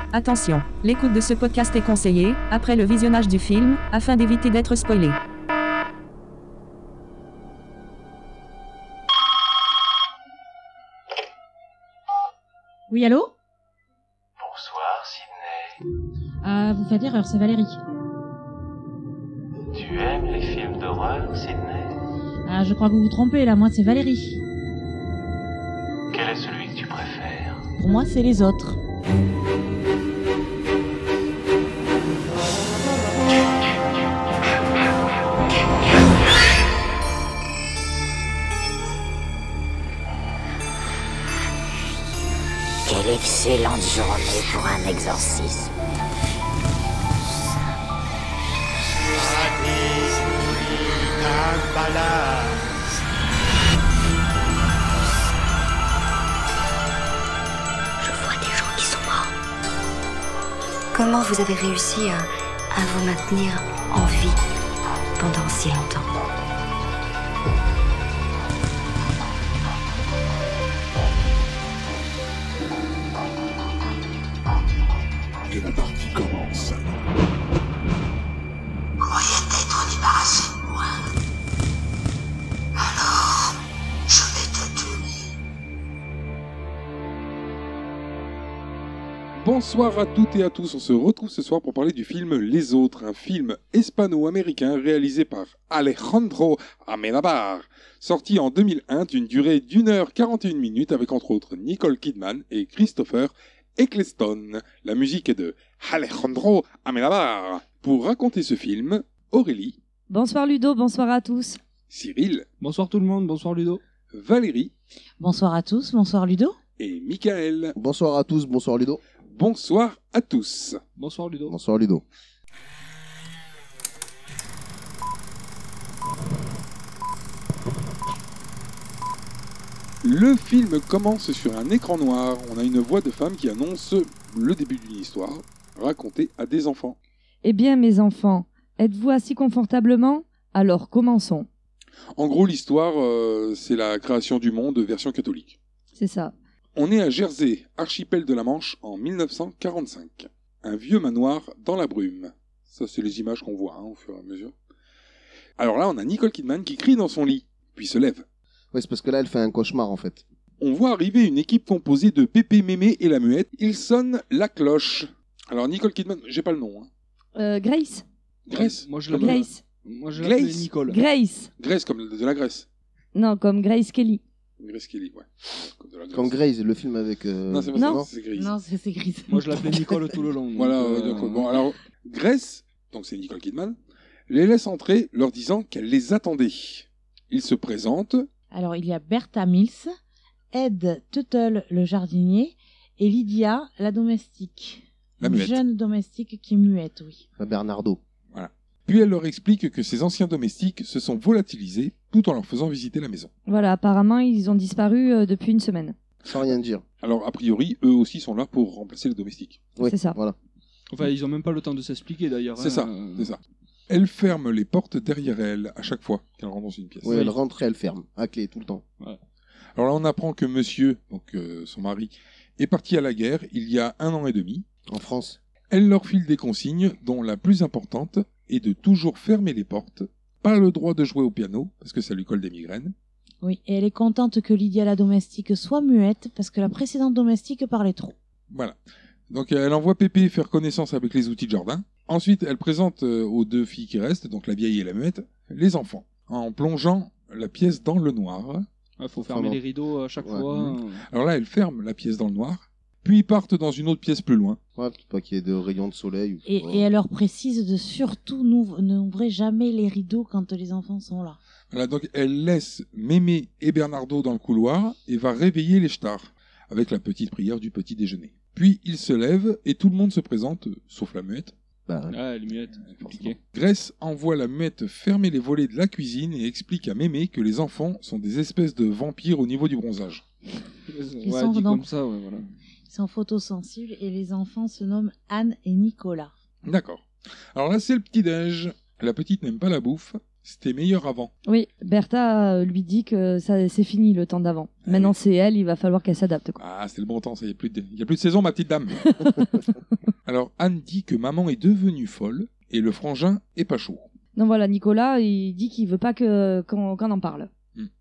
Attention, l'écoute de ce podcast est conseillée, après le visionnage du film, afin d'éviter d'être spoilé. Oui, allô ? Bonsoir, Sydney. Ah, vous faites erreur, c'est Valérie. Tu aimes les films d'horreur, Sydney? Ah, je crois que vous vous trompez, là, moi c'est Valérie. Quel est celui que tu préfères? Pour moi, c'est les autres. Quelle excellente journée pour un exorcisme. Je vois des gens qui sont morts. Comment vous avez réussi à vous maintenir en vie pendant si longtemps? Et la partie commence. Croyez t'être débarrassé de moi. Alors, je vais te tuer. Bonsoir à toutes et à tous, on se retrouve ce soir pour parler du film Les Autres, un film hispano-américain réalisé par Alejandro Amenábar, sorti en 2001 d'une durée d'1h41 avec entre autres Nicole Kidman et Christopher Eccleston. La musique est de Alejandro Amenábar. Pour raconter ce film, Aurélie. Bonsoir Ludo, bonsoir à tous. Cyril. Bonsoir tout le monde, bonsoir Ludo. Valérie. Bonsoir à tous, bonsoir Ludo. Et Michael. Bonsoir à tous, bonsoir Ludo. Bonsoir à tous. Bonsoir Ludo. Bonsoir Ludo. Le film commence sur un écran noir. On a une voix de femme qui annonce le début d'une histoire racontée à des enfants. Eh bien mes enfants, êtes-vous assis confortablement ? Alors commençons. En gros, l'histoire, c'est la création du monde version catholique. C'est ça. On est à Jersey, archipel de la Manche, en 1945. Un vieux manoir dans la brume. Ça, c'est les images qu'on voit au fur et à mesure. Alors là, on a Nicole Kidman qui crie dans son lit, puis se lève. Ouais, c'est parce que là, elle fait un cauchemar en fait. On voit arriver une équipe composée de Pépé, Mémé et la Muette. Ils sonnent la cloche. Alors Nicole Kidman, j'ai pas le nom. Grace. Grace. Moi je Comme l'appelle Grace. Moi je l'appelle Nicole. Grace. Grace comme de la Grèce. Non, comme Grace Kelly. Grace Kelly, ouais. Comme de la Grèce. Comme Grace, le film avec... Non, c'est pas Non. ça, c'est Grace. Non, c'est gris. Moi je l'appelais Nicole tout le long. Voilà, d'accord. Bon, alors, Grace, donc c'est Nicole Kidman, les laisse entrer leur disant qu'elle les attendait. Ils se présentent. Alors, il y a Bertha Mills, Ed Tuttle, le jardinier, et Lydia, la domestique. La Une muette. jeune domestique qui est muette, oui. Bernardo. Puis elle leur explique que ces anciens domestiques se sont volatilisés tout en leur faisant visiter la maison. Voilà, apparemment ils ont disparu depuis une semaine. Sans rien dire. Alors, a priori, eux aussi sont là pour remplacer les domestiques. Oui, C'est ça. Voilà. Enfin, ils ont même pas le temps de s'expliquer d'ailleurs. C'est ça, c'est ça. Elle ferme les portes derrière elle à chaque fois qu'elle rentre dans une pièce. Oui, elle rentre et elle ferme. À clé, tout le temps. Alors là, on apprend que monsieur, donc son mari, est parti à la guerre il y a 1 an et demi. En France. Elle leur file des consignes, dont la plus importante est de toujours fermer les portes, pas le droit de jouer au piano, parce que ça lui colle des migraines. Oui, et elle est contente que Lydia, la domestique, soit muette, parce que la précédente domestique parlait trop. Voilà. Donc elle envoie Pépé faire connaissance avec les outils de jardin. Ensuite, elle présente aux 2 filles qui restent, donc la vieille et la muette, les enfants, en plongeant la pièce dans le noir. Il faut fermer les rideaux à chaque fois. Alors là, elle ferme la pièce dans le noir, puis ils partent dans une autre pièce plus loin. Ouais, pour pas qu'il y ait de rayons de soleil. Et elle leur précise de surtout n'ouvrez jamais les rideaux quand les enfants sont là. Voilà, donc elle laisse Mémé et Bernardo dans le couloir et va réveiller les ch'tards, avec la petite prière du petit déjeuner. Puis ils se lèvent et tout le monde se présente, sauf la muette. Ah, les muettes, Forcément. Grace envoie la muette fermer les volets de la cuisine et explique à Mémé que les enfants sont des espèces de vampires au niveau du bronzage. Ils sont dit dans- comme ça, ouais, voilà. Ils sont photosensibles et les enfants se nomment Anne et Nicolas. D'accord. Alors là, c'est le petit-déj. La petite n'aime pas la bouffe. c'était meilleur avant. Oui, Bertha lui dit que ça, c'est fini le temps d'avant. Maintenant, c'est elle, il va falloir qu'elle s'adapte, quoi. Ah, c'est le bon temps, ça y a plus de saison, ma petite dame. Alors, Anne dit que maman est devenue folle et le frangin est pas chaud. Non, voilà, Nicolas, il dit qu'il veut pas qu'on en parle.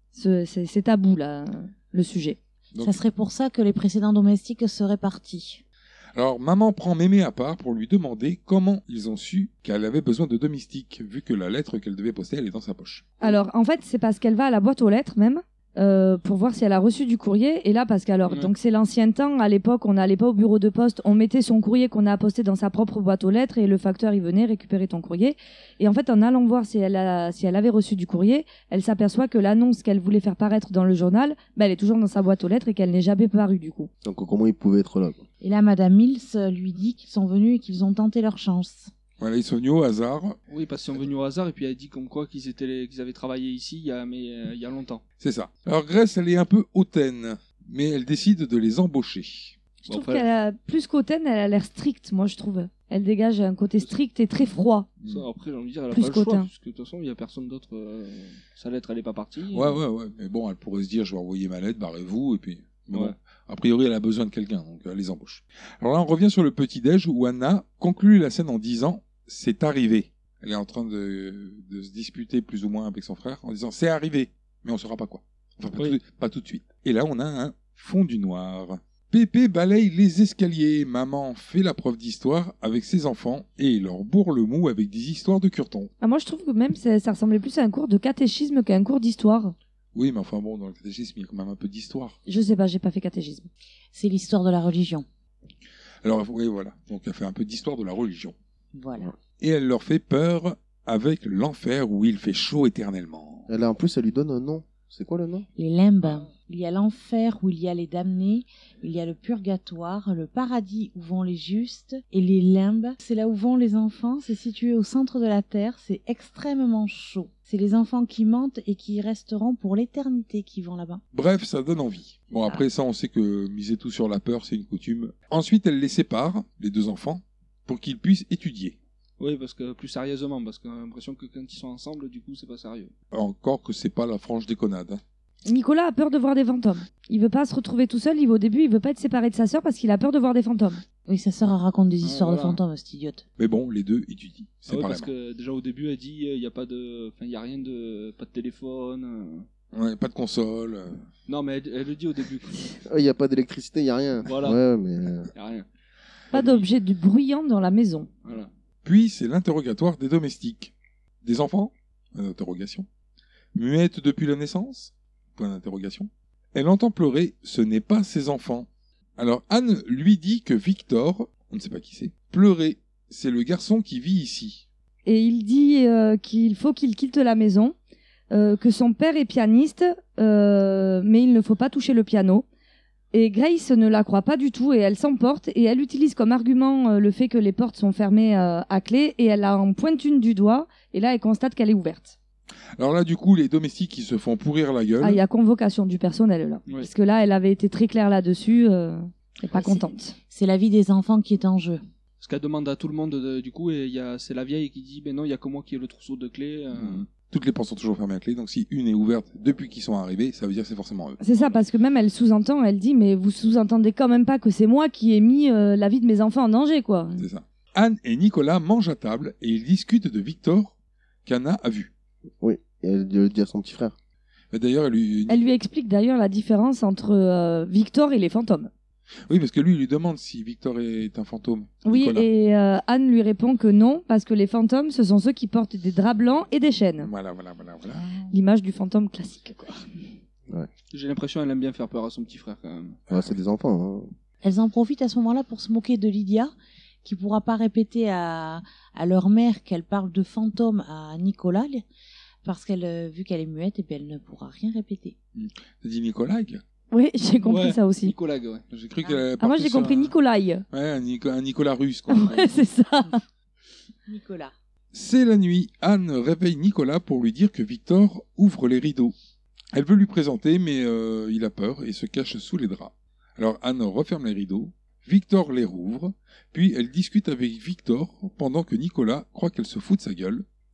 C'est tabou, là, le sujet. Donc, Ça serait pour ça que les précédents domestiques seraient partis. alors, maman prend Mémé à part pour lui demander comment ils ont su qu'elle avait besoin de domestiques, vu que la lettre qu'elle devait poster, elle est dans sa poche. Alors, en fait, c'est parce qu'elle va à la boîte aux lettres, même, pour voir si elle a reçu du courrier. Et là, parce qu'alors, donc c'est l'ancien temps, à l'époque, on n'allait pas au bureau de poste, on mettait son courrier qu'on a posté dans sa propre boîte aux lettres et le facteur, il venait récupérer ton courrier. Et en fait, en allant voir si elle avait reçu du courrier, elle s'aperçoit que l'annonce qu'elle voulait faire paraître dans le journal, elle est toujours dans sa boîte aux lettres et qu'elle n'est jamais parue, du coup. Donc comment ils pouvaient être là, quoi. Et là, Madame Mills lui dit qu'ils sont venus et qu'ils ont tenté leur chance. Voilà, ils sont venus au hasard. Oui, parce qu'ils sont venus au hasard et puis elle dit comme quoi qu'ils avaient travaillé ici il y a longtemps. C'est ça. Alors, Grace, elle est un peu hautaine, mais elle décide de les embaucher. Je trouve qu'elle a, plus qu'hautaine, elle a l'air stricte, moi, je trouve. Elle dégage un côté strict et très froid. Ça, après, j'ai envie de dire, elle a Plus pas le choix, qu'autain. puisque de toute façon, il n'y a personne d'autre. Sa lettre, elle est pas partie. Ouais. Mais bon, elle pourrait se dire, je vais envoyer ma lettre, barrez-vous, et puis... Mais Ouais. bon, a priori, elle a besoin de quelqu'un, donc elle les embauche. Alors là, on revient sur le petit-déj où Anna conclut la scène en disant « c'est arrivé ». Elle est en train de se disputer plus ou moins avec son frère en disant « c'est arrivé », mais on ne saura pas quoi. Enfin, pas tout de suite. Et là, on a un fond du noir. Pépé balaye les escaliers. Maman fait la preuve d'histoire avec ses enfants et leur bourre le mou avec des histoires de curton. Ah, moi, je trouve que même ça ressemblait plus à un cours de catéchisme qu'à un cours d'histoire. Oui, mais enfin bon, dans le catéchisme, il y a quand même un peu d'histoire. Je sais pas, j'ai pas fait catéchisme. C'est l'histoire de la religion. Alors, oui, voilà. Donc, elle fait un peu d'histoire de la religion. Voilà. Et elle leur fait peur avec l'enfer où il fait chaud éternellement. En plus, elle lui donne un nom. C'est quoi le nom? Les limbes. Il y a l'enfer où il y a les damnés, il y a le purgatoire, le paradis où vont les justes, et les limbes, c'est là où vont les enfants, c'est situé au centre de la terre, c'est extrêmement chaud. C'est les enfants qui mentent et qui y resteront pour l'éternité qui vont là-bas. Bref, ça donne envie. Bon, après ça, on sait que miser tout sur la peur, c'est une coutume. Ensuite, elle les sépare, les deux enfants, pour qu'ils puissent étudier. Oui, parce que plus sérieusement, parce qu'on a l'impression que quand ils sont ensemble, du coup, c'est pas sérieux. Encore que c'est pas la franche déconnade. Hein. Nicolas a peur de voir des fantômes. Il veut pas se retrouver tout seul, au début, il veut pas être séparé de sa sœur parce qu'il a peur de voir des fantômes. Oui, sa sœur raconte des histoires voilà. de fantômes, cette idiote. Mais bon, les deux étudient. C'est Oui, pas parce que déjà au début, elle dit, il y a pas de, enfin, il y a rien de, pas de téléphone. Ouais, pas de console. Non, mais elle le dit au début. Il n'y a pas d'électricité, il n'y a rien. Voilà. Ouais, mais... Y a rien. Pas d'objet de bruyant dans la maison. Voilà. Puis, c'est l'interrogatoire des domestiques. Des enfants? Interrogation. Muette depuis la naissance? Point d'interrogation. Elle entend pleurer, ce n'est pas ses enfants. Alors Anne lui dit que Victor, on ne sait pas qui c'est, pleurait, c'est le garçon qui vit ici. Et il dit qu'il faut qu'il quitte la maison, que son père est pianiste, mais il ne faut pas toucher le piano. Et Grace ne la croit pas du tout et elle s'emporte et elle utilise comme argument le fait que les portes sont fermées à clé et elle en pointe une du doigt et là elle constate qu'elle est ouverte. Alors là, du coup, les domestiques, ils se font pourrir la gueule. Ah, il y a convocation du personnel là. Oui. Parce que là, elle avait été très claire là-dessus et pas contente. C'est la vie des enfants qui est en jeu. Parce qu'elle demande à tout le monde, du coup, et c'est la vieille qui dit, ben non, il y a que moi qui ai le trousseau de clés. Toutes les portes sont toujours fermées à clé, donc si une est ouverte depuis qu'ils sont arrivés, ça veut dire que c'est forcément eux. C'est ça, parce que même elle sous-entend, elle dit, mais vous sous-entendez quand même pas que c'est moi qui ai mis la vie de mes enfants en danger, quoi. C'est ça. Anne et Nicolas mangent à table et ils discutent de Victor qu'Anna a vu. Oui, et elle le dit à son petit frère. Mais d'ailleurs, Elle lui explique d'ailleurs la différence entre Victor et les fantômes. Oui, parce que lui, il lui demande si Victor est un fantôme. Oui, Nicolas. et Anne lui répond que non, parce que les fantômes, ce sont ceux qui portent des draps blancs et des chaînes. Voilà. L'image du fantôme classique, quoi. Ouais. J'ai l'impression qu'elle aime bien faire peur à son petit frère, quand même. Ouais, c'est des enfants. Hein. Elles en profitent à ce moment-là pour se moquer de Lydia, qui pourra pas répéter à leur mère qu'elle parle de fantômes à Nicolas, parce qu'elle, vu qu'elle est muette, et puis elle ne pourra rien répéter. T'as dit Nicolas? Oui, j'ai compris Ouais, ça aussi. Nicolas, ouais. J'ai cru qu'elle Ah, moi j'ai compris Nicolai. Ouais, un Nicolas russe, quoi. Ouais, c'est ça. Nicolas. C'est la nuit. Anne réveille Nicolas pour lui dire que Victor ouvre les rideaux. Elle veut lui présenter, mais il a peur et se cache sous les draps. Alors Anne referme les rideaux, Victor les rouvre, puis elle discute avec Victor pendant que Nicolas croit qu'elle se fout de sa gueule.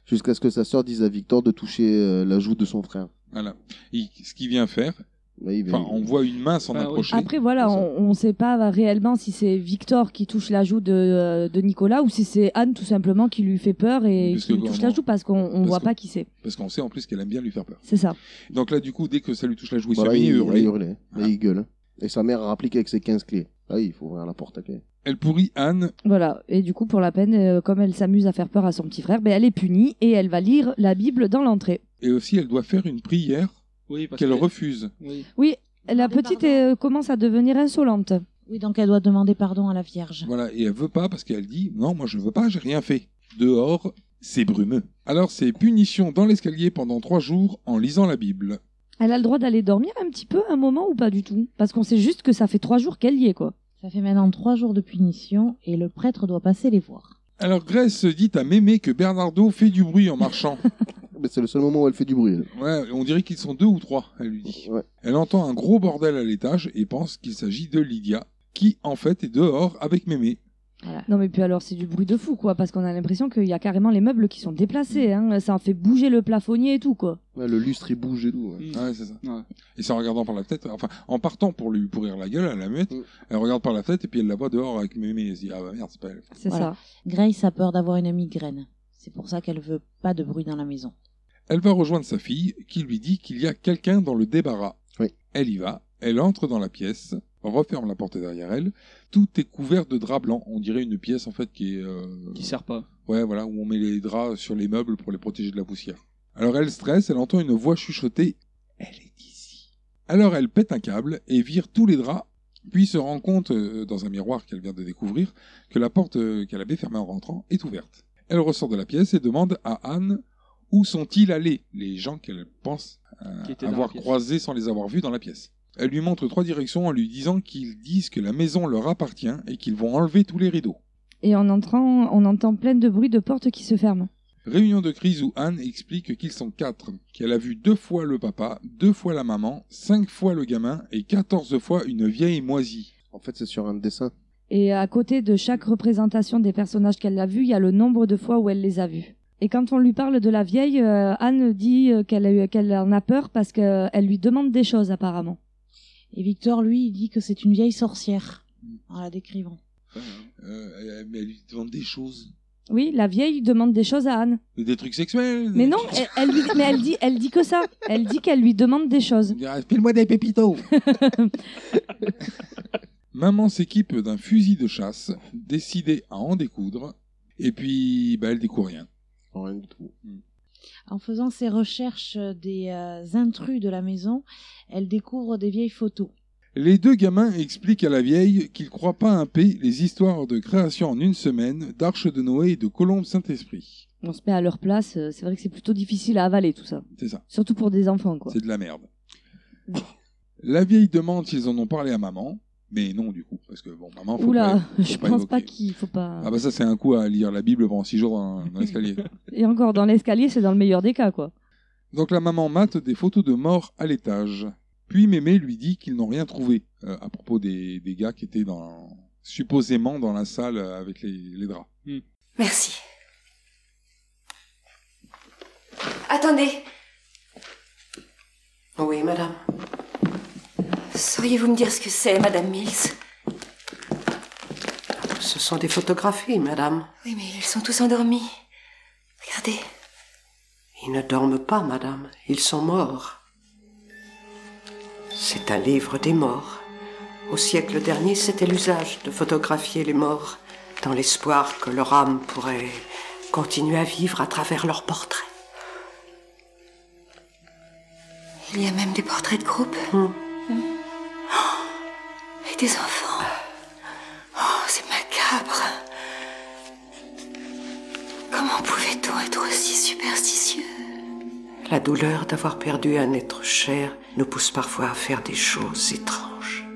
Jusqu'à ce que sa sœur dise à Victor de toucher la joue de son frère. Voilà. Ce qu'il vient faire, Oui, on voit une main s'en approcher. Après, voilà, on ne sait pas réellement si c'est Victor qui touche la joue de Nicolas ou si c'est Anne tout simplement qui lui fait peur et qui lui touche la joue parce qu'on ne voit pas qui c'est. Parce qu'on sait en plus qu'elle aime bien lui faire peur. C'est ça. Donc là, du coup, dès que ça lui touche la joue, il se Voilà, met à hurler. Là, il gueule. Et sa mère rapplique avec ses 15 clés. Ah oui, il faut ouvrir la porte à clé. Elle pourrit Anne. Voilà, et du coup, pour la peine, comme elle s'amuse à faire peur à son petit frère, elle est punie et elle va lire la Bible dans l'entrée. Et aussi, elle doit faire une prière qu'elle refuse. Oui, la petite commence à devenir insolente. Oui, donc elle doit demander pardon à la Vierge. Voilà, et elle veut pas parce qu'elle dit non, moi je veux pas, j'ai rien fait. Dehors, c'est brumeux. Alors c'est punition dans l'escalier pendant 3 jours en lisant la Bible. Elle a le droit d'aller dormir un petit peu un moment ou pas du tout? Parce qu'on sait juste que ça fait 3 jours qu'elle y est, quoi. Ça fait maintenant 3 jours de punition et le prêtre doit passer les voir. Alors Grace dit à Mémé que Bernardo fait du bruit en marchant. Mais c'est le seul moment où elle fait du bruit. Elle. Ouais, on dirait qu'ils sont 2 ou 3, elle lui dit. Ouais. Elle entend un gros bordel à l'étage et pense qu'il s'agit de Lydia, qui en fait est dehors avec Mémé. Voilà. Non mais puis alors c'est du bruit de fou quoi, parce qu'on a l'impression qu'il y a carrément les meubles qui sont déplacés, hein. Ça en fait bouger le plafonnier et tout quoi. Ouais, le lustre il bouge et tout. Ouais, ouais c'est ça. Ouais. Et c'est en regardant par la fenêtre, enfin en partant pour lui pourrir la gueule à la muette, elle regarde par la fenêtre et puis elle la voit dehors avec Mémé. Elle se dit ah bah merde c'est pas elle. C'est ça. Grace a peur d'avoir une migraine. C'est pour ça qu'elle veut pas de bruit dans la maison. Elle va rejoindre sa fille qui lui dit qu'il y a quelqu'un dans le débarras. Oui. Elle y va, elle entre dans la pièce, referme la porte derrière elle. Tout est couvert de draps blancs. On dirait une pièce en fait qui est qui sert pas. Ouais, voilà, où on met les draps sur les meubles pour les protéger de la poussière. Alors elle stresse, elle entend une voix chuchoter. Elle est ici. Alors elle pète un câble et vire tous les draps, puis se rend compte dans un miroir qu'elle vient de découvrir que la porte qu'elle avait fermée en rentrant est ouverte. Elle ressort de la pièce et demande à Anne où sont-ils allés, les gens qu'elle pense avoir croisés sans les avoir vus dans la pièce. Elle lui montre 3 directions en lui disant qu'ils disent que la maison leur appartient et qu'ils vont enlever tous les rideaux. Et en entrant, on entend plein de bruits de portes qui se ferment. Réunion de crise où Anne explique qu'ils sont 4, qu'elle a vu 2 fois le papa, 2 fois la maman, 5 fois le gamin et 14 fois une vieille moisie. En fait, c'est sur un dessin. Et à côté de chaque représentation des personnages qu'elle a vus, il y a le nombre de fois où elle les a vus. Et quand on lui parle de la vieille, Anne dit qu'elle en a peur parce qu'elle lui demande des choses apparemment. Et Victor, lui, il dit que c'est une vieille sorcière, en la décrivant. Mais elle lui demande des choses. Oui, la vieille demande des choses à Anne. Des trucs sexuels. Mais non, elle dit que ça. Elle dit qu'elle lui demande des choses. File-moi des pépitos. Maman s'équipe d'un fusil de chasse, décidée à en découdre, et puis elle découvre rien. Rien du tout. En faisant ses recherches des intrus de la maison, elle découvre des vieilles photos. Les 2 gamins expliquent à la vieille qu'ils croient pas un P les histoires de création en une semaine, d'Arche de Noé et de Colombe Saint-Esprit. On se met à leur place, c'est vrai que c'est plutôt difficile à avaler tout ça. C'est ça. Surtout pour des enfants, quoi. C'est de la merde. La vieille demande s'ils en ont parlé à maman, mais non du coup, parce que bon, maman, faut Oula, pas, je pense pas qu'il faut pas... Ah bah ça c'est un coup à lire la Bible pendant 6 jours dans l'escalier. Et encore, dans l'escalier, c'est dans le meilleur des cas, quoi. Donc la maman mate des photos de morts à l'étage. Puis Mémé lui dit qu'ils n'ont rien trouvé à propos des gars qui étaient supposément dans la salle avec les draps. Merci. Attendez. Oui, madame. Sauriez-vous me dire ce que c'est, Madame Mills? Ce sont des photographies, madame. Oui, mais ils sont tous endormis. Regardez. Ils ne dorment pas, madame. Ils sont morts. C'est un livre des morts. Au siècle dernier, c'était l'usage de photographier les morts, dans l'espoir que leur âme pourrait continuer à vivre à travers leurs portraits. Il y a même des portraits de groupe. Et des enfants. Oh, c'est macabre. Comment pouvait-on être aussi superstitieux? La douleur d'avoir perdu un être cher nous pousse parfois à faire des choses étranges.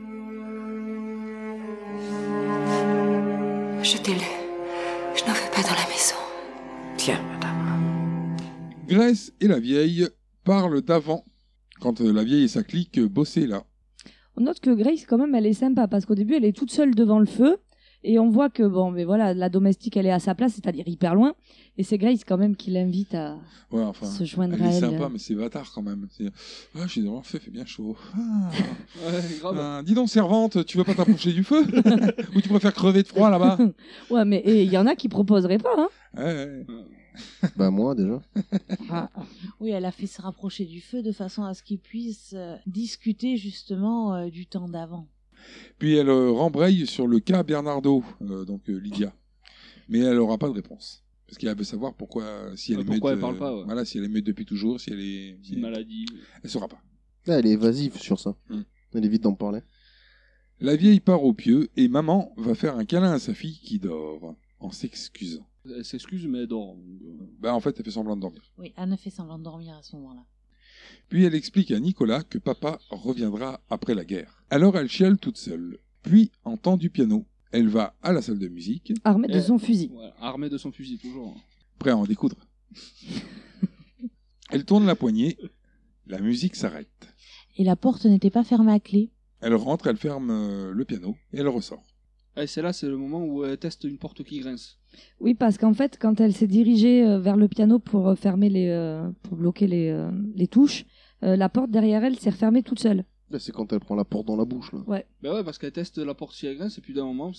Jetez-le. Je n'en veux pas dans la maison. Tiens, madame. Grace et la vieille parlent d'avant, quand la vieille et sa clique bossaient là. On note que Grace, quand même, elle est sympa, parce qu'au début, elle est toute seule devant le feu, Et on voit que, bon, mais voilà, la domestique, elle est à sa place, c'est-à-dire hyper loin. Et c'est Grace, quand même, qui l'invite à se joindre elle à est elle. sympa, mais c'est bâtard quand même. J'ai vraiment fait bien chaud. Ouais, grave. Dis donc, servante, tu veux pas t'approcher du feu? Ou tu préfères crever de froid là-bas? Ouais, mais il y en a qui proposeraient pas, hein. Ouais. Bah, moi, déjà. Oui, elle a fait se rapprocher du feu de façon à ce qu'ils puissent discuter justement du temps d'avant. Puis elle rembraye sur le cas Bernardo, donc Lydia. Mais elle n'aura pas de réponse. Parce qu'elle veut savoir pourquoi, si elle pourquoi elle parle pas, ouais. Voilà, si elle est muette depuis toujours, si elle est... C'est une maladie. Elle saura pas. Là, elle est évasive sur ça. Elle évite d'en parler. La vieille part au pieu et maman va faire un câlin à sa fille qui dort, en s'excusant. Elle s'excuse, mais elle dort. Bah, en fait, elle fait semblant de dormir. Oui, Anne fait semblant de dormir à ce moment-là. Puis elle explique à Nicolas que papa reviendra après la guerre. Alors elle chiale toute seule. Puis entend du piano. Elle va à la salle de musique. Armée de son fusil. Ouais, armée de son fusil, toujours. Prêt à en découdre. Elle tourne la poignée. La musique s'arrête. Et la porte n'était pas fermée à clé. Elle rentre, elle ferme le piano et elle ressort. Et c'est le moment où elle teste une porte qui grince. Oui, parce qu'en fait, quand elle s'est dirigée vers le piano pour fermer pour bloquer les touches, la porte derrière elle s'est refermée toute seule. Là, c'est quand elle prend la porte dans la bouche. Là. Ouais. Ben ouais, parce qu'elle teste la porte si elle grince et puis d'un moment,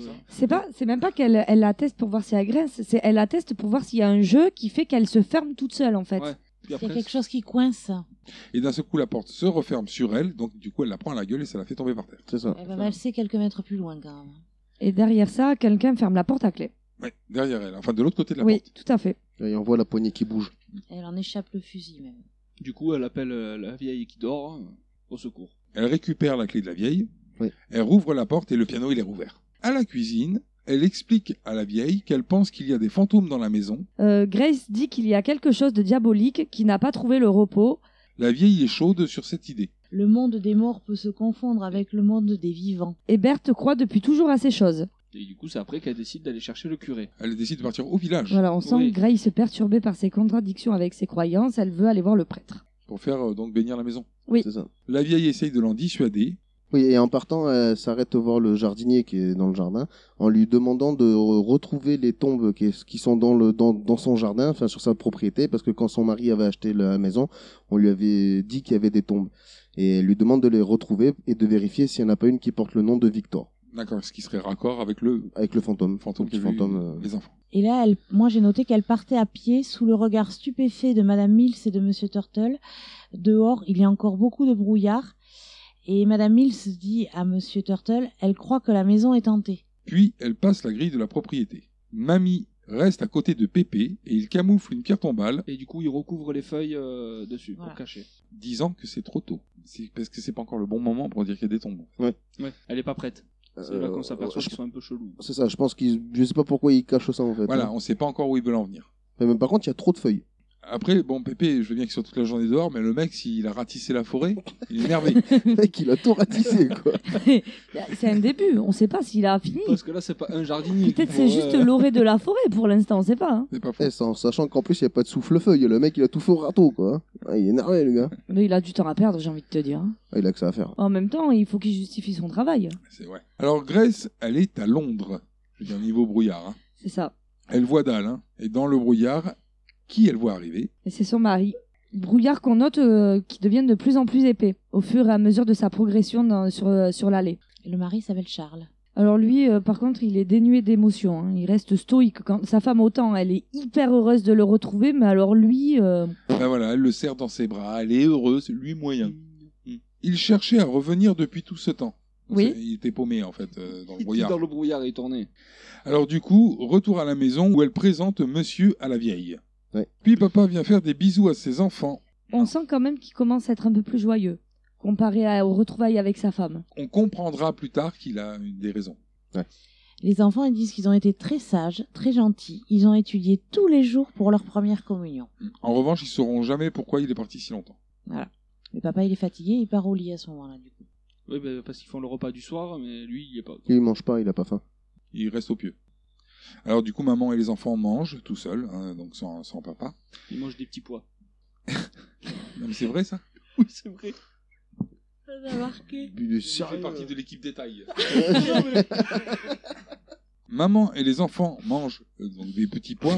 C'est même pas qu'elle la teste pour voir si elle grince, elle la teste pour voir s'il y a un jeu qui fait qu'elle se ferme toute seule en fait. Ouais. Il y a quelque chose qui coince. Et d'un seul coup, la porte se referme sur elle, donc du coup, elle la prend à la gueule et ça la fait tomber par terre. C'est ça. Elle va valser quelques mètres plus loin quand même. Et derrière ça, quelqu'un ferme la porte à clé. Ouais, derrière elle, enfin de l'autre côté de la porte. Oui, tout à fait. Et on voit la poignée qui bouge. Elle en échappe le fusil même. Du coup, elle appelle la vieille qui dort au secours. Elle récupère la clé de la vieille, oui. Elle rouvre la porte et le piano il est rouvert. À la cuisine, elle explique à la vieille qu'elle pense qu'il y a des fantômes dans la maison. Grace dit qu'il y a quelque chose de diabolique qui n'a pas trouvé le repos. La vieille est chaude sur cette idée. Le monde des morts peut se confondre avec le monde des vivants. Et Berthe croit depuis toujours à ces choses. Et du coup, c'est après qu'elle décide d'aller chercher le curé. Elle décide de partir au village. Voilà, on sent que Grace, perturbée par ses contradictions avec ses croyances, elle veut aller voir le prêtre. Pour faire donc bénir la maison. Oui. C'est ça. La vieille essaye de l'en dissuader. Oui, et en partant, elle s'arrête voir le jardinier qui est dans le jardin, en lui demandant de retrouver les tombes qui sont dans son jardin, enfin sur sa propriété, parce que quand son mari avait acheté la maison, on lui avait dit qu'il y avait des tombes. Et elle lui demande de les retrouver et de vérifier s'il n'y en a pas une qui porte le nom de Victor. D'accord, ce qui serait raccord avec le fantôme. Les enfants. Et là, moi j'ai noté qu'elle partait à pied sous le regard stupéfait de Madame Mills et de Monsieur Turtle. Dehors, il y a encore beaucoup de brouillard. Et Madame Mills dit à Monsieur Turtle, elle croit que la maison est hantée. Puis elle passe la grille de la propriété. Mamie reste à côté de Pépé et il camoufle une pierre tombale. Et du coup, il recouvre les feuilles dessus pour cacher. Disant que c'est trop tôt. C'est parce que c'est pas encore le bon moment pour dire qu'il y a des tombes. Ouais. Elle est pas prête. C'est là qu'on s'aperçoit qu'ils sont un peu chelous. C'est ça, je pense je sais pas pourquoi ils cachent ça en fait. Voilà, on sait pas encore où ils veulent en venir. Mais par contre, il y a trop de feuilles. Après, bon, Pépé, je veux bien qu'il soit toute la journée dehors, mais le mec, s'il a ratissé la forêt, il est énervé. Le mec, il a tout ratissé, quoi. C'est un début, on sait pas s'il a fini. Parce que là, c'est pas un jardinier. Peut-être c'est juste l'orée de la forêt pour l'instant, on sait pas. Hein. C'est pas faux. En sachant qu'en plus, il n'y a pas de souffle-feuille. Le mec, il a tout fait au râteau, quoi. Ah, il est énervé, le gars. Mais il a du temps à perdre, j'ai envie de te dire. Ah, il a que ça à faire. En même temps, il faut qu'il justifie son travail. C'est vrai. Alors, Grace, elle est à Londres. Je veux dire, niveau brouillard. Hein. C'est ça. Elle voit dalle, hein. Et dans le brouillard, qui elle voit arriver? Et c'est son mari. Brouillard qu'on note qui devient de plus en plus épais au fur et à mesure de sa progression sur l'allée. Et le mari s'appelle Charles. Alors lui, par contre, il est dénué d'émotion. Hein. Il reste stoïque. Quand sa femme, autant, elle est hyper heureuse de le retrouver, mais alors lui... Ben voilà, elle le serre dans ses bras, elle est heureuse, lui moyen. Il cherchait à revenir depuis tout ce temps. Oui. Il était paumé, en fait, dans le brouillard. Dans le brouillard, il tournait. Alors du coup, retour à la maison où elle présente monsieur à la vieille. Ouais. Puis papa vient faire des bisous à ses enfants. On sent quand même qu'il commence à être un peu plus joyeux, comparé aux retrouvailles avec sa femme. On comprendra plus tard qu'il a des raisons. Ouais. Les enfants, ils disent qu'ils ont été très sages, très gentils. Ils ont étudié tous les jours pour leur première communion. En revanche, ils sauront jamais pourquoi il est parti si longtemps. Voilà. Mais papa, il est fatigué, il part au lit à ce moment-là, du coup. Oui, bah, parce qu'ils font le repas du soir, mais lui, il y est pas. Il mange pas, il a pas faim. Il reste au pieu. Alors du coup, maman et les enfants mangent tout seuls, hein, donc sans papa. Ils mangent des petits pois. Non mais c'est vrai ça? Oui, c'est vrai. Ça m'a marqué. Il fait partie de l'équipe détail. Maman et les enfants mangent donc des petits pois.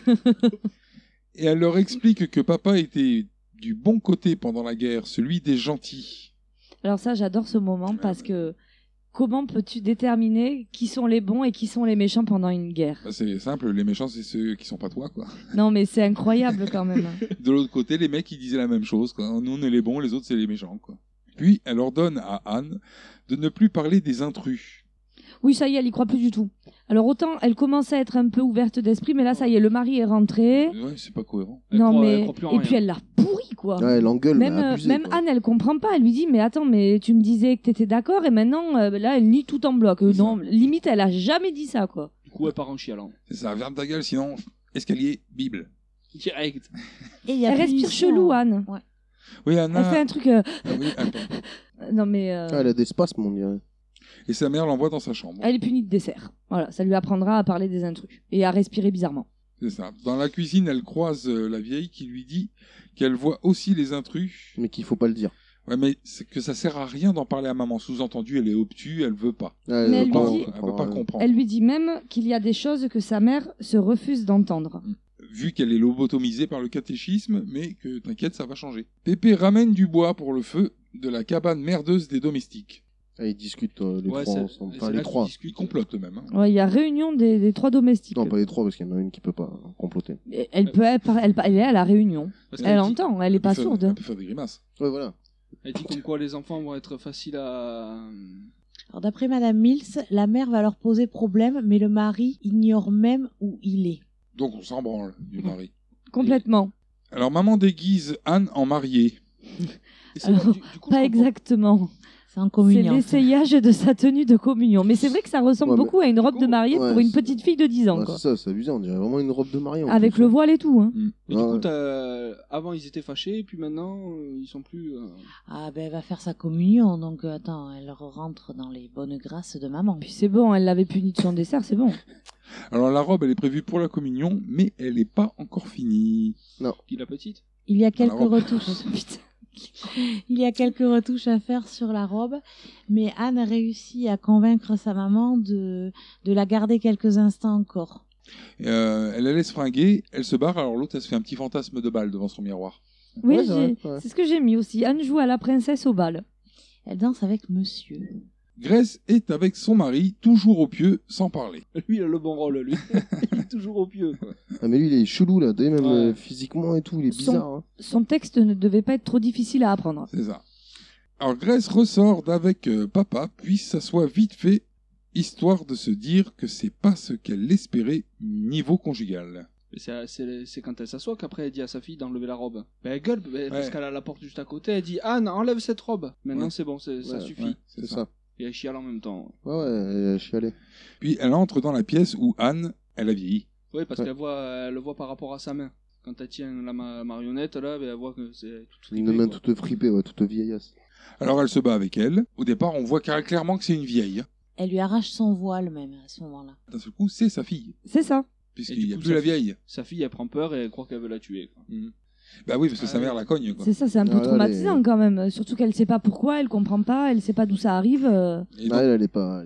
Et elle leur explique que papa était du bon côté pendant la guerre, celui des gentils. Alors ça, j'adore ce moment parce que comment peux-tu déterminer qui sont les bons et qui sont les méchants pendant une guerre? Bah, c'est simple, les méchants, c'est ceux qui sont pas toi, quoi. Non, mais c'est incroyable quand même. De l'autre côté, les mecs, ils disaient la même chose, quoi. Nous, on est les bons, les autres, c'est les méchants, quoi. Puis, elle ordonne à Anne de ne plus parler des intrus. Oui, ça y est, elle y croit plus du tout. Alors autant, elle commence à être un peu ouverte d'esprit, mais là, ça y est, le mari est rentré. Ouais, c'est pas cohérent. Et puis elle l'a pourri, quoi. Ouais, elle engueule, même, mais abusé, même quoi. Anne, elle comprend pas. Elle lui dit, mais attends, mais tu me disais que t'étais d'accord, et maintenant, là, elle nie tout en bloc. Non, limite, elle a jamais dit ça, quoi. Du coup, elle part en chialant. C'est ça, ferme ta gueule, sinon, escalier, Bible. Direct. Et il y a Elle respire chelou, Anne. Ouais. Oui, Anna... Elle fait un truc... Ah oui, attends. Non, mais... Elle a des spasmes, on dirait. Et sa mère l'envoie dans sa chambre. Elle est punie de dessert. Voilà, ça lui apprendra à parler des intrus et à respirer bizarrement. C'est ça. Dans la cuisine, elle croise la vieille qui lui dit qu'elle voit aussi les intrus. Mais qu'il faut pas le dire. Ouais, mais c'est que ça sert à rien d'en parler à maman. Sous-entendu, elle est obtuse, elle veut pas. Ouais, mais elle veut pas comprendre. Elle lui dit même qu'il y a des choses que sa mère se refuse d'entendre. Vu qu'elle est lobotomisée par le catéchisme, mais que t'inquiète, ça va changer. Pépé ramène du bois pour le feu de la cabane merdeuse des domestiques. Ah, ils discutent les trois ensemble. Enfin, les trois. Ils complotent même. Hein. Ouais, il y a réunion des trois domestiques. Non, pas les trois, parce qu'il y en a une qui peut pas comploter. Elle est à la réunion. Elle entend, elle est pas sourde. Elle peut faire des grimaces. Ouais, voilà. Elle dit comme quoi les enfants vont être faciles à... Alors d'après Madame Mills, la mère va leur poser problème, mais le mari ignore même où il est. Donc on s'en branle du mari. Complètement. Alors maman déguise Anne en mariée. Alors, pas exactement. C'est en communion. C'est l'essayage de sa tenue de communion. Mais c'est vrai que ça ressemble beaucoup à une robe de mariée pour une petite fille de 10 ans. Quoi. C'est ça, c'est amusé, on dirait vraiment une robe de mariée. Avec le voile et tout. Hein. Mais du coup, avant ils étaient fâchés, et puis maintenant ils sont plus... Ah ben elle va faire sa communion, donc attends, elle rentre dans les bonnes grâces de maman. Puis c'est bon, elle l'avait puni de son dessert, c'est bon. Alors la robe, elle est prévue pour la communion, mais elle n'est pas encore finie. Non. Qui la petite? Il y a quelques retouches. Putain. Il y a quelques retouches à faire sur la robe, mais Anne réussit à convaincre sa maman de la garder quelques instants encore. Elle la laisse fringuer, elle se barre, alors l'autre elle se fait un petit fantasme de balle devant son miroir. Oui, c'est ce que j'ai mis aussi. Anne joue à la princesse au bal. Elle danse avec monsieur. Grace est avec son mari, toujours au pieu, sans parler. Lui, il a le bon rôle, lui. Il est toujours au pieu, quoi. Ah, mais lui, il est chelou, là. Même physiquement et tout, il est bizarre. Hein. Son texte ne devait pas être trop difficile à apprendre. C'est ça. Alors, Grace ressort d'avec papa, puis s'assoit vite fait, histoire de se dire que c'est pas ce qu'elle espérait niveau conjugal. C'est quand elle s'assoit qu'après elle dit à sa fille d'enlever la robe. Ben, elle gueule, parce qu'elle a la porte juste à côté, elle dit « Anne, enlève cette robe !» Maintenant c'est bon, ça suffit. Ouais, c'est ça. Et elle chiale en même temps. Ouais, elle chialait. Puis elle entre dans la pièce où Anne, elle a vieilli. Oui, parce qu'elle le voit par rapport à sa main. Quand elle tient la marionnette, là, elle voit que c'est toute fripée. Une main toute fripée, toute vieillasse. Alors elle se bat avec elle. Au départ, on voit clairement que c'est une vieille. Elle lui arrache son voile même à ce moment-là. D'un seul coup, c'est sa fille. C'est ça. Puisqu'il n'y a plus la vieille. Sa fille, elle prend peur et elle croit qu'elle veut la tuer. Quoi. Bah oui, parce que sa mère la cogne. Quoi. C'est ça, c'est un peu traumatisant quand même. Surtout qu'elle sait pas pourquoi, elle comprend pas, elle sait pas d'où ça arrive. Elle est pas.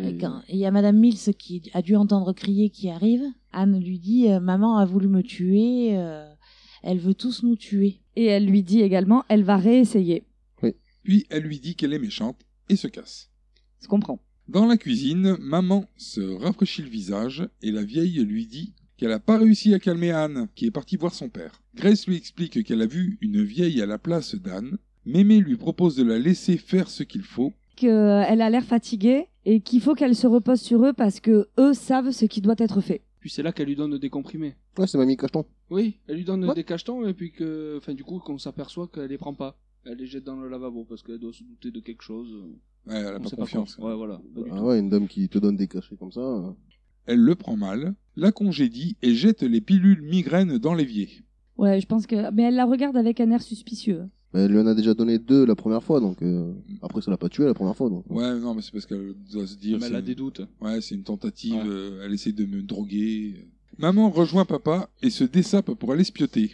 Il y a Madame Mills qui a dû entendre crier qui arrive. Anne lui dit maman a voulu me tuer, elle veut tous nous tuer. Et elle lui dit également elle va réessayer. Oui. Puis elle lui dit qu'elle est méchante et se casse. Je comprends. Dans la cuisine, maman se rafraîchit le visage et la vieille lui dit qu'elle n'a pas réussi à calmer Anne, qui est partie voir son père. Grace lui explique qu'elle a vu une vieille à la place d'Anne. Mémé lui propose de la laisser faire ce qu'il faut. Qu'elle a l'air fatiguée et qu'il faut qu'elle se repose sur eux parce que eux savent ce qui doit être fait. Puis c'est là qu'elle lui donne des comprimés. Ouais, c'est mamie cacheton. Oui, elle lui donne des cachetons et puis du coup, qu'on s'aperçoit qu'elle les prend pas. Elle les jette dans le lavabo parce qu'elle doit se douter de quelque chose. Ouais, elle a pas confiance. Ouais, voilà. Une dame qui te donne des cachets comme ça. Elle le prend mal, la congédie et jette les pilules migraines dans l'évier. Ouais, je pense que... Mais elle la regarde avec un air suspicieux. Mais elle lui en a déjà donné 2 la première fois, donc après ça l'a pas tué la première fois. Donc. Ouais, non, mais c'est parce qu'elle doit se dire... Mais elle a des doutes. Ouais, c'est une tentative, elle essaie de me droguer. Maman rejoint papa et se dessape pour aller espioter.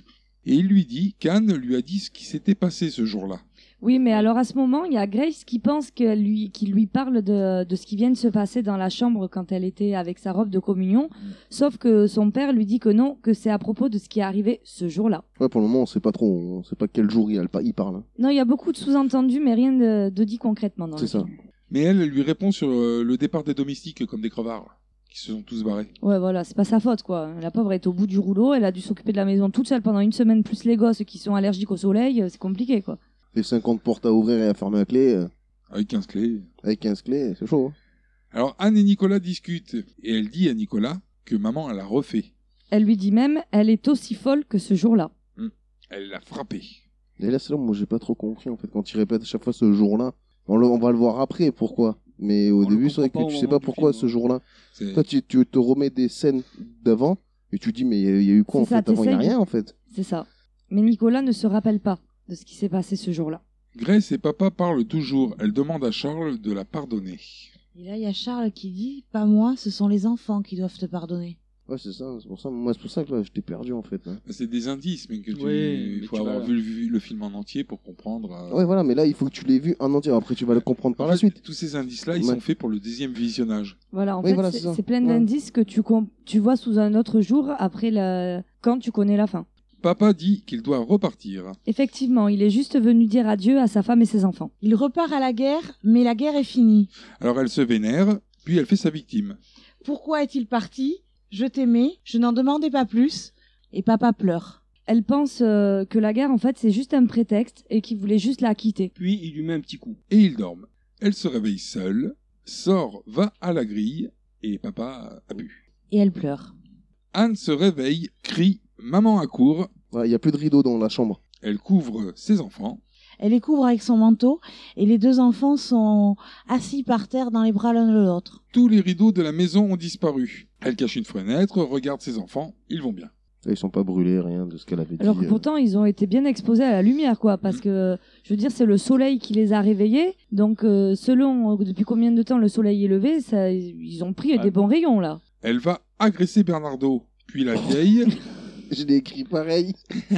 Et il lui dit qu'Anne lui a dit ce qui s'était passé ce jour-là. Oui, mais alors à ce moment, il y a Grace qui pense qu'il lui parle de ce qui vient de se passer dans la chambre quand elle était avec sa robe de communion, sauf que son père lui dit que non, que c'est à propos de ce qui est arrivé ce jour-là. Ouais, pour le moment, on sait pas trop, on sait pas quel jour il parle. Hein. Non, il y a beaucoup de sous-entendus, mais rien de dit concrètement dans le film. C'est ça. Mais elle lui répond sur le départ des domestiques comme des crevards, qui se sont tous barrés. Ouais, voilà, c'est pas sa faute, quoi. La pauvre est au bout du rouleau, elle a dû s'occuper de la maison toute seule pendant une semaine, plus les gosses qui sont allergiques au soleil, c'est compliqué, quoi. Les 50 portes à ouvrir et à fermer à clé. Avec 15 clés. Avec 15 clés, c'est chaud. Hein. Alors Anne et Nicolas discutent, et elle dit à Nicolas que maman elle a refait. Elle lui dit même, elle est aussi folle que ce jour-là. Elle l'a frappé. Et là, c'est là où moi j'ai pas trop compris, en fait, quand il répète à chaque fois ce jour-là. On va le voir après, pourquoi. Mais au début, c'est vrai que tu sais pas pourquoi ce jour-là. Toi, tu te remets des scènes d'avant, et tu dis, mais il y a eu quoi en fait avant? Il y a rien, en fait. C'est ça. Mais Nicolas ne se rappelle pas de ce qui s'est passé ce jour-là. Grace et papa parlent toujours. Elle demande à Charles de la pardonner. Et là, il y a Charles qui dit, pas moi, ce sont les enfants qui doivent te pardonner. Ouais, c'est ça. C'est pour ça que là, je t'ai perdu, en fait. Hein. C'est des indices, mais que il faut tu avoir vu le film en entier pour comprendre. Ouais, voilà, mais là, il faut que tu l'aies vu en entier. Après, tu vas le comprendre par la suite. Tous ces indices-là, ils sont faits pour le deuxième visionnage. Voilà, en fait, voilà, c'est plein d'indices que tu vois sous un autre jour après quand tu connais la fin. Papa dit qu'il doit repartir. Effectivement, il est juste venu dire adieu à sa femme et ses enfants. Il repart à la guerre, mais la guerre est finie. Alors elle se vénère, puis elle fait sa victime. Pourquoi est-il parti? Je t'aimais, je n'en demandais pas plus. Et papa pleure. Elle pense que la guerre, en fait, c'est juste un prétexte et qu'il voulait juste la quitter. Puis il lui met un petit coup. Et ils dorment. Elle se réveille seule, sort, va à la grille, et papa a bu. Et elle pleure. Anne se réveille, crie « Maman accourt ». Il n'y a plus de rideau dans la chambre. Elle couvre ses enfants. Elle les couvre avec son manteau et les deux enfants sont assis par terre dans les bras l'un de l'autre. Tous les rideaux de la maison ont disparu. Elle cache une fenêtre, regarde ses enfants, ils vont bien. Et ils sont pas brûlés, rien de ce qu'elle avait dit. Alors que pourtant, ils ont été bien exposés à la lumière, quoi, parce que, je veux dire, c'est le soleil qui les a réveillés. Donc, selon depuis combien de temps le soleil est levé, ils ont pris des bons rayons, là. Elle va agresser Bernardo, puis la vieille... Je l'ai écrit pareil.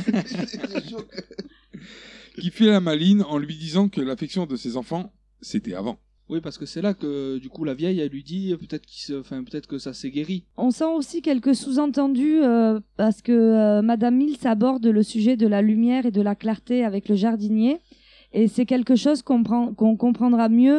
Qui fait la maline en lui disant que l'affection de ses enfants, c'était avant. Oui, parce que c'est là que, du coup, la vieille, elle lui dit peut-être que ça s'est guéri. On sent aussi quelques sous-entendus parce que Madame Mills aborde le sujet de la lumière et de la clarté avec le jardinier. Et c'est quelque chose qu'on comprendra mieux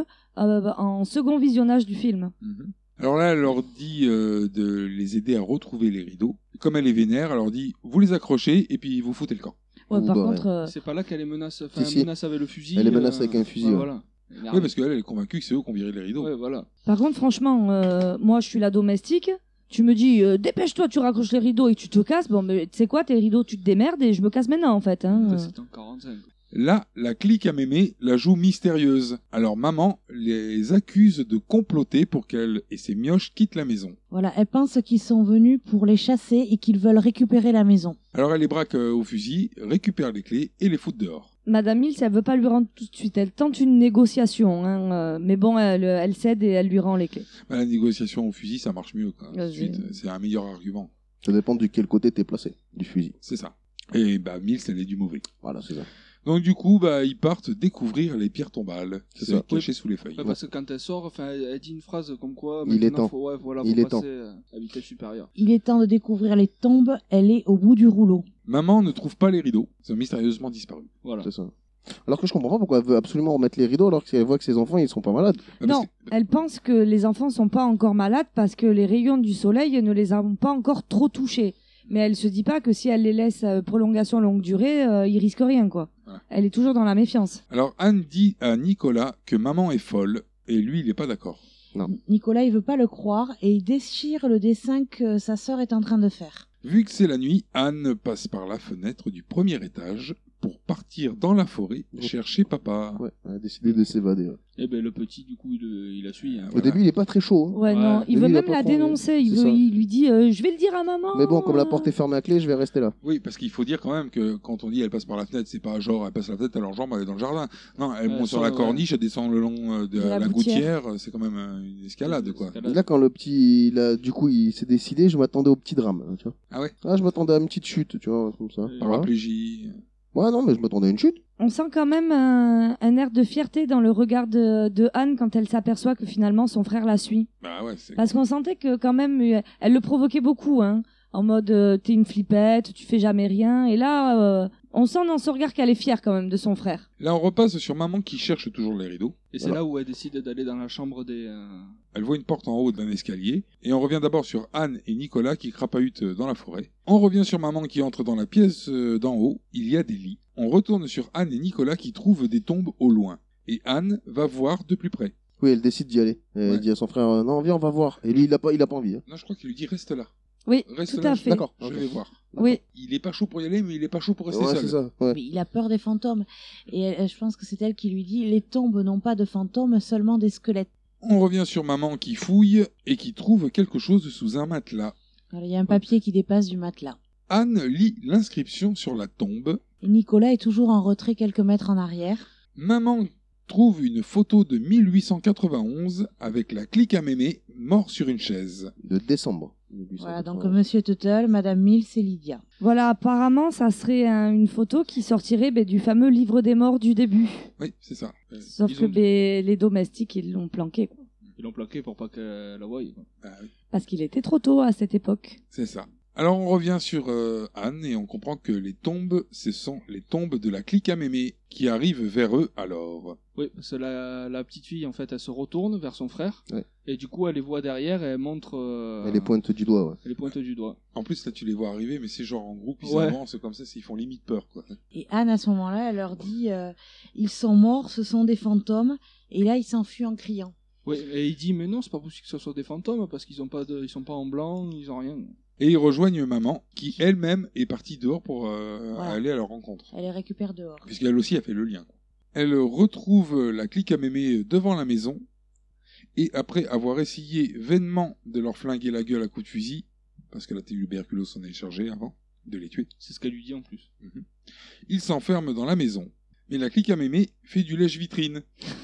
en second visionnage du film. Alors là, elle leur dit de les aider à retrouver les rideaux. Comme elle est vénère, elle leur dit « Vous les accrochez et puis vous foutez le camp ». Ouais, par contre... C'est pas là qu'elle est menace avec le fusil. Elle est menace avec un fusil. Voilà. Oui, parce qu'elle est convaincue que c'est eux qui ont viré les rideaux. Ouais, voilà. Par contre, franchement, moi je suis la domestique. Tu me dis, dépêche-toi, tu raccroches les rideaux et tu te casses. Bon, mais tu sais quoi, tes rideaux, tu te démerdes et je me casse maintenant en fait. Hein. C'est en 45. Là, la clique à mémé la joue mystérieuse. Alors maman les accuse de comploter pour qu'elle et ses mioches quittent la maison. Voilà, elle pense qu'ils sont venus pour les chasser et qu'ils veulent récupérer la maison. Alors elle les braque au fusil, récupère les clés et les fout dehors. Madame Mills, elle veut pas lui rendre tout de suite. Elle tente une négociation, hein, mais bon, elle cède et elle lui rend les clés. La négociation au fusil, ça marche mieux. Quoi. C'est un meilleur argument. Ça dépend de quel côté t'es placé, du fusil. C'est ça. Et Mills, elle est du mauvais. Voilà, c'est ça. Donc du coup, ils partent découvrir les pierres tombales, cachées sous les feuilles. Ouais, parce que quand elle sort, elle dit une phrase comme quoi il est temps. Faut il est passer à vitesse supérieure. Il est temps de découvrir les tombes, elle est au bout du rouleau. Maman ne trouve pas les rideaux, ils ont mystérieusement disparu. Voilà. C'est ça. Alors que je comprends pas pourquoi elle veut absolument remettre les rideaux alors qu'elle voit que ses enfants ils sont pas malades. Non, elle pense que les enfants sont pas encore malades parce que les rayons du soleil ne les ont pas encore trop touchés. Mais elle se dit pas que si elle les laisse prolongation longue durée, ils risquent rien, quoi. Ouais. Elle est toujours dans la méfiance. Alors Anne dit à Nicolas que maman est folle, et lui, il est pas d'accord. Non. Nicolas, il veut pas le croire, et il déchire le dessin que sa sœur est en train de faire. Vu que c'est la nuit, Anne passe par la fenêtre du premier étage pour partir dans la forêt chercher papa. Ouais, elle a décidé de s'évader. Ouais. Et ben le petit, du coup, il la suit. Hein. Au début, il est pas très chaud. Hein. Ouais, non, il veut même la dénoncer. Il lui dit je vais le dire à maman. Mais bon, comme la porte est fermée à clé, je vais rester là. Oui, parce qu'il faut dire quand même que quand on dit elle passe par la fenêtre, c'est pas genre elle passe la fenêtre, elle enjambe, elle est dans le jardin. Non, elle monte sur la corniche, elle descend le long de la gouttière. C'est quand même une escalade, quoi. Et là, quand le petit, du coup, il s'est décidé, je m'attendais au petit drame. Tu vois. Ah ouais. Ah, je m'attendais à une petite chute, tu vois, comme ça. Paraplégie. Ouais, non, mais je m'attendais à une chute. On sent quand même un air de fierté dans le regard de Anne quand elle s'aperçoit que finalement son frère la suit. Bah ouais, parce qu'on sentait que quand même, elle le provoquait beaucoup, hein, en mode t'es une flippette, tu fais jamais rien. Et là, on sent dans son regard qu'elle est fière quand même de son frère. Là, on repasse sur maman qui cherche toujours les rideaux. Et c'est là où elle décide d'aller dans la chambre des... Elle voit une porte en haut d'un escalier. Et on revient d'abord sur Anne et Nicolas qui crapahutent dans la forêt. On revient sur maman qui entre dans la pièce d'en haut. Il y a des lits. On retourne sur Anne et Nicolas qui trouvent des tombes au loin. Et Anne va voir de plus près. Oui, elle décide d'y aller. Elle dit à son frère non, viens, on va voir. Et lui, il a pas envie. Hein. Non, je crois qu'il lui dit reste là. Oui, reste tout là, à fait. D'accord. Je vais voir. Oui. Il est pas chaud pour y aller, mais il est pas chaud pour rester seul. C'est ça. Ouais. Mais il a peur des fantômes. Et je pense que c'est elle qui lui dit les tombes n'ont pas de fantômes, seulement des squelettes. On revient sur maman qui fouille et qui trouve quelque chose sous un matelas. Alors, il y a un papier qui dépasse du matelas. Anne lit l'inscription sur la tombe. Et Nicolas est toujours en retrait quelques mètres en arrière. Maman trouve une photo de 1891 avec la clique à mémé mort sur une chaise. De décembre. Voilà, donc Monsieur Tuttle, Madame Mills et Lydia. Voilà, apparemment, ça serait une photo qui sortirait du fameux livre des morts du début. Oui, c'est ça. Sauf que les domestiques, ils l'ont planqué. Quoi. Ils l'ont planqué pour pas qu'elle la voie. Ah, oui. Parce qu'il était trop tôt à cette époque. C'est ça. Alors on revient sur Anne et on comprend que les tombes, ce sont les tombes de la clique à mémé qui arrivent vers eux alors. Oui, parce que la petite fille, en fait, elle se retourne vers son frère. Ouais. Et du coup, elle les voit derrière et elle montre... Elle les pointe du doigt, ouais. Elle les pointe du doigt. En plus, là, tu les vois arriver, mais c'est genre en groupe, ils avancent comme ça, ils font limite peur, quoi. Et Anne, à ce moment-là, elle leur dit ils sont morts, ce sont des fantômes. Et là, il s'enfuit en criant. Oui, et il dit mais non, c'est pas possible que ce soit des fantômes parce qu'ils sont pas en blanc, ils ont rien. Et ils rejoignent maman, qui elle-même est partie dehors pour aller à leur rencontre. Elle les récupère dehors. Puisqu'elle aussi a fait le lien. Elle retrouve la clique à mémé devant la maison, et après avoir essayé vainement de leur flinguer la gueule à coups de fusil, parce que la tuberculose s'en est chargée avant de les tuer. C'est ce qu'elle lui dit en plus. Ils s'enferment dans la maison, mais la clique à mémé fait du lèche-vitrine.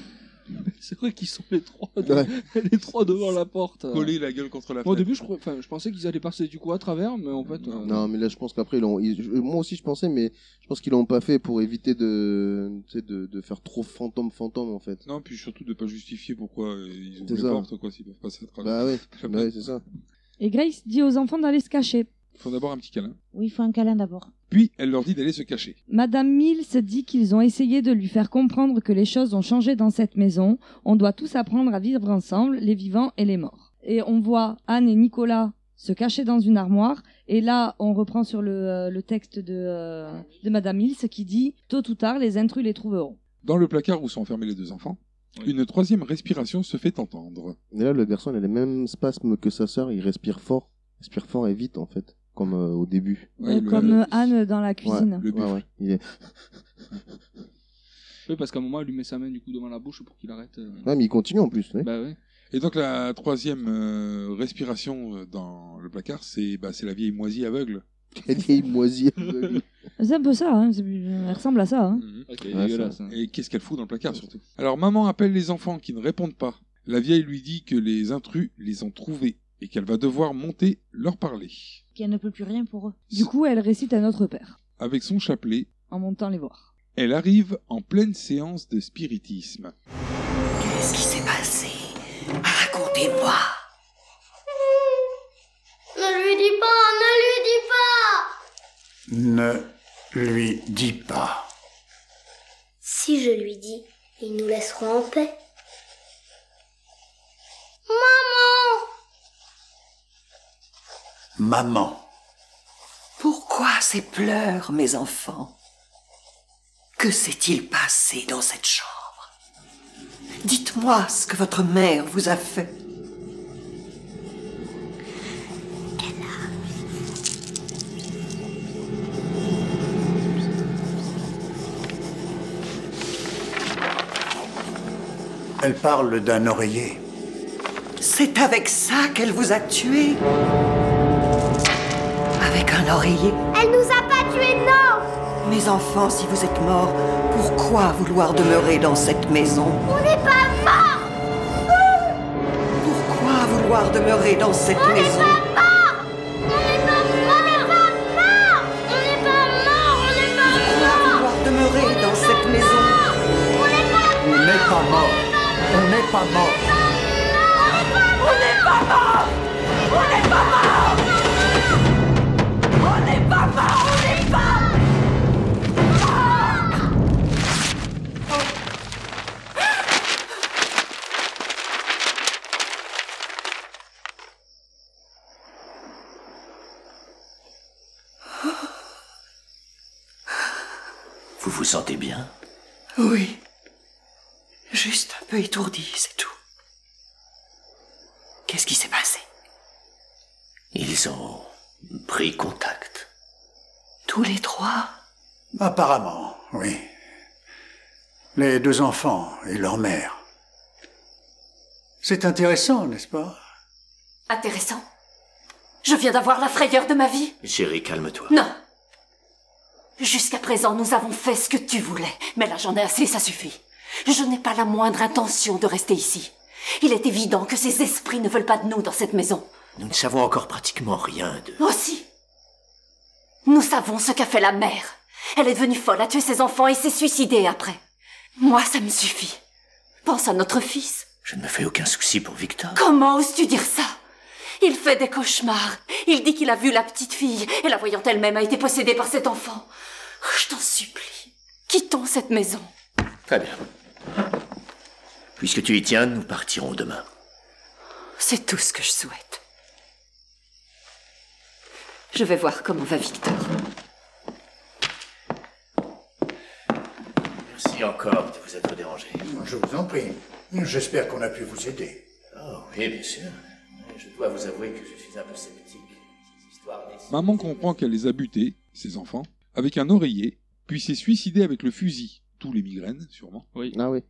C'est vrai qu'ils sont les trois devant la porte. Collés la gueule contre la fenêtre. Moi, au début, je pensais qu'ils allaient passer du coup à travers, mais en fait... Non, mais là, je pense qu'après, moi aussi, je pensais, mais je pense qu'ils l'ont pas fait pour éviter de faire trop fantôme, en fait. Non, puis surtout de pas justifier pourquoi ils ont C'est les ça. portes, quoi, s'ils peuvent passer à travers. Bah ouais, c'est ça. Et Grace dit aux enfants d'aller se cacher. Il faut d'abord un petit câlin. Oui, il faut un câlin d'abord. Puis, elle leur dit d'aller se cacher. Madame Mills dit qu'ils ont essayé de lui faire comprendre que les choses ont changé dans cette maison. On doit tous apprendre à vivre ensemble, les vivants et les morts. Et on voit Anne et Nicolas se cacher dans une armoire. Et là, on reprend sur le texte de Madame Mills qui dit « Tôt ou tard, les intrus les trouveront ». Dans le placard où sont enfermés les deux enfants, une troisième respiration se fait entendre. Et là, le garçon, il a les mêmes spasmes que sa sœur, il respire fort et vite, en fait. Comme au début. Comme Anne dans la cuisine. Ouais, il est... Oui, parce qu'à un moment, elle lui met sa main du coup devant la bouche pour qu'il arrête. Ouais, mais il continue en plus. Bah oui. Et donc la troisième respiration dans le placard, c'est la vieille moisie aveugle. La vieille moisie aveugle. C'est un peu ça, hein. Elle ressemble à ça. Hein. Okay, dégueulasse. Hein. Et qu'est-ce qu'elle fout dans le placard surtout. Alors maman appelle les enfants qui ne répondent pas. La vieille lui dit que les intrus les ont trouvés et qu'elle va devoir monter leur parler. Qu'elle ne peut plus rien pour eux. Du coup, elle récite à notre père. Avec son chapelet. En montant les voir. Elle arrive en pleine séance de spiritisme. Qu'est-ce qui s'est passé? Racontez-moi. Ne lui dis pas, Ne lui dis pas. Si je lui dis, il nous laissera en paix. Maman. Pourquoi ces pleurs, mes enfants? Que s'est-il passé dans cette chambre? Dites-moi ce que votre mère vous a fait. Elle parle d'un oreiller. C'est avec ça qu'elle vous a tué? Avec un oreiller? Elle nous a pas tués, non! Mes enfants, si vous êtes morts, pourquoi vouloir demeurer dans cette maison? On n'est pas morts! Pourquoi vouloir demeurer dans cette maison? On n'est pas morts! On n'est pas morts! On n'est pas morts! On n'est pas morts! Vouloir demeurer dans cette maison? On n'est pas morts! On n'est pas mort. On n'est pas mort. On n'est pas morts! On n'est pas morts! On n'est pas morts! On n'est pas... Vous vous sentez bien? Oui. Juste un peu étourdi, c'est tout. Qu'est-ce qui s'est passé? Ils ont pris contact. Tous les trois? Apparemment, oui. Les deux enfants et leur mère. C'est intéressant, n'est-ce pas? Intéressant. Je viens d'avoir la frayeur de ma vie. Chérie, calme-toi. Non. Jusqu'à présent, nous avons fait ce que tu voulais. Mais là, j'en ai assez, ça suffit. Je n'ai pas la moindre intention de rester ici. Il est évident que ces esprits ne veulent pas de nous dans cette maison. Nous ne savons encore pratiquement rien de... Aussi. Nous savons ce qu'a fait la mère. Elle est devenue folle, a tué ses enfants et s'est suicidée après. Moi, ça me suffit. Pense à notre fils. Je ne me fais aucun souci pour Victor. Comment oses-tu dire ça? Il fait des cauchemars. Il dit qu'il a vu la petite fille et la voyant elle-même a été possédée par cet enfant. Je t'en supplie, quittons cette maison. Très bien. Puisque tu y tiens, nous partirons demain. C'est tout ce que je souhaite. Je vais voir comment va Victor. Merci encore de vous être dérangé. Je vous en prie. J'espère qu'on a pu vous aider. Oh, oui, bien sûr. Je dois vous avouer que je suis un peu sceptique. Ces histoires d'excès. Maman comprend qu'elle les a butés, ses enfants, avec un oreiller, puis s'est suicidée avec le fusil. Tous les migraines, sûrement. Oui. Ah oui.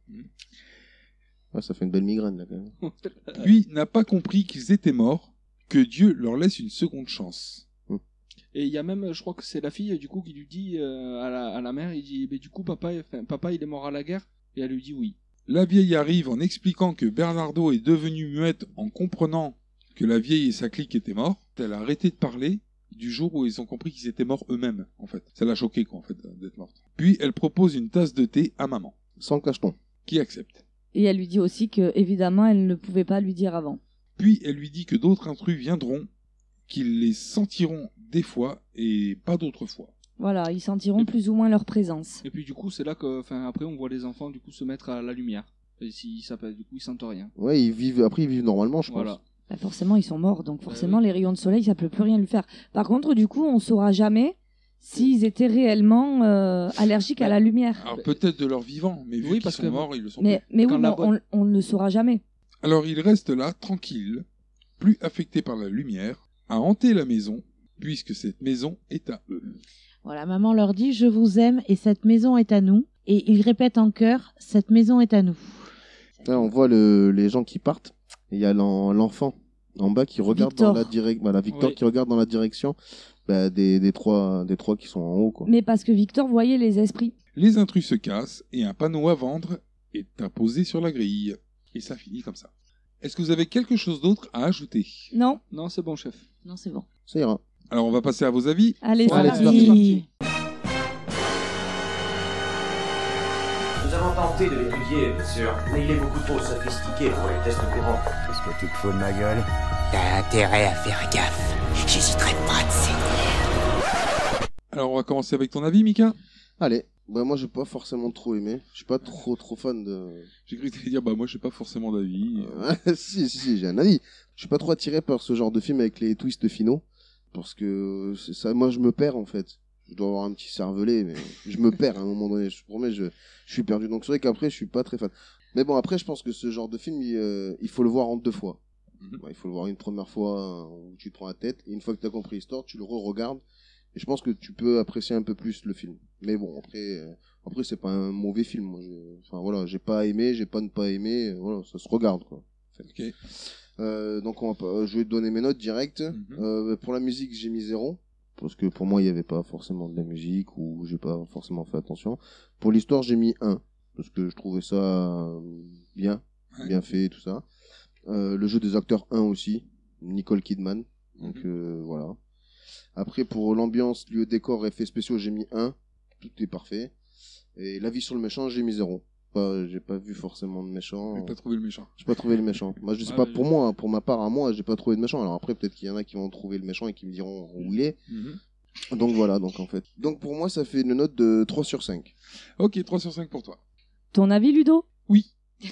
Ouais, ça fait une belle migraine, là, quand même. Puis n'a pas compris qu'ils étaient morts, que Dieu leur laisse une seconde chance. Et il y a même, je crois que c'est la fille, du coup, qui lui dit à la mère, il dit, mais du coup, papa, il est mort à la guerre? Et elle lui dit oui. La vieille arrive en expliquant que Bernardo est devenu muette en comprenant que la vieille et sa clique étaient morts. Elle a arrêté de parler du jour où ils ont compris qu'ils étaient morts eux-mêmes, en fait. Ça l'a choqué, quoi, en fait, d'être morte. Puis elle propose une tasse de thé à maman. Sans cacheton. Qui accepte. Et elle lui dit aussi que, évidemment, elle ne pouvait pas lui dire avant. Puis elle lui dit que d'autres intrus viendront, qu'ils les sentiront des fois et pas d'autres fois. Voilà, ils sentiront plus ou moins leur présence. Et puis du coup, c'est là que, après, on voit les enfants du coup se mettre à la lumière. Et du coup, ils sentent rien. Ouais, ils vivent normalement, je pense. Bah forcément, ils sont morts, donc forcément, les rayons de soleil, ça peut plus rien lui faire. Par contre, du coup, on saura jamais s'ils étaient réellement allergiques à la lumière. Alors peut-être de leur vivant, mais vu qu'ils sont morts, ils le sont plus. Mais oui, on ne le saura jamais. Alors ils restent là, tranquilles, plus affectés par la lumière, à hanter la maison, puisque cette maison est à eux. Voilà, maman leur dit « Je vous aime et cette maison est à nous ». Et ils répètent en chœur « Cette maison est à nous ». Là, on voit les gens qui partent. Il y a l'enfant en bas qui regarde Victor. dans la direction. Voilà, Victor Oui. qui regarde dans la direction des trois qui sont en haut, quoi. Mais parce que Victor voyait les esprits. Les intrus se cassent et un panneau à vendre est apposé sur la grille. Et ça finit comme ça. Est-ce que vous avez quelque chose d'autre à ajouter? Non. Non, c'est bon, chef. Non, c'est bon. Ça ira. Alors on va passer à vos avis. Allez, Allez, c'est c'est parti. Nous avons tenté de l'étudier, bien sûr, mais il est beaucoup trop sophistiqué pour les tests courants. Qu'est-ce que tu te fous de ma gueule? T'as intérêt à faire gaffe. J'hésiterai pas de saigner. Alors on va commencer avec ton avis, Mika. Allez. Bah, moi, j'ai pas forcément trop aimé. Je suis pas trop fan de... J'ai cru que tu allais dire, bah moi, j'ai pas forcément d'avis. si, j'ai un avis. Je suis pas trop attiré par ce genre de film avec les twists finaux. Parce que ça, moi, je me perds, en fait. Je dois avoir un petit cervelet, mais je me perds à un moment donné. Je te promets, je suis perdu. Donc, c'est vrai qu'après, je suis pas très fan. Mais bon, après, je pense que ce genre de film, il faut le voir en 2 fois. Ouais, il faut le voir une première fois où tu te prends la tête. Et une fois que t'as compris l'histoire, tu le re-regardes. Et je pense que tu peux apprécier un peu plus le film. Mais bon, après c'est pas un mauvais film. Moi, enfin voilà, j'ai pas aimé, j'ai pas ne pas aimé. Voilà, ça se regarde quoi. Ok. Donc je vais te donner mes notes directes. Pour la musique, j'ai mis 0 parce que pour moi il y avait pas forcément de la musique ou j'ai pas forcément fait attention. Pour l'histoire, j'ai mis 1 parce que je trouvais ça bien fait et tout ça. Le jeu des acteurs 1 aussi, Nicole Kidman. Donc voilà. Après, pour l'ambiance, lieu, décor, effets spéciaux, j'ai mis 1. Tout est parfait. Et l'avis sur le méchant, j'ai mis 0. J'ai pas vu forcément de méchant. J'ai pas trouvé le méchant. J'ai pas trouvé le méchant. Moi, je sais pas, pour moi, pour ma part, à moi, j'ai pas trouvé de méchant. Alors après, peut-être qu'il y en a qui vont trouver le méchant et qui me diront où il est. Donc voilà, donc en fait. Donc pour moi, ça fait une note de 3 sur 5. Ok, 3 sur 5 pour toi. Ton avis, Ludo? Oui.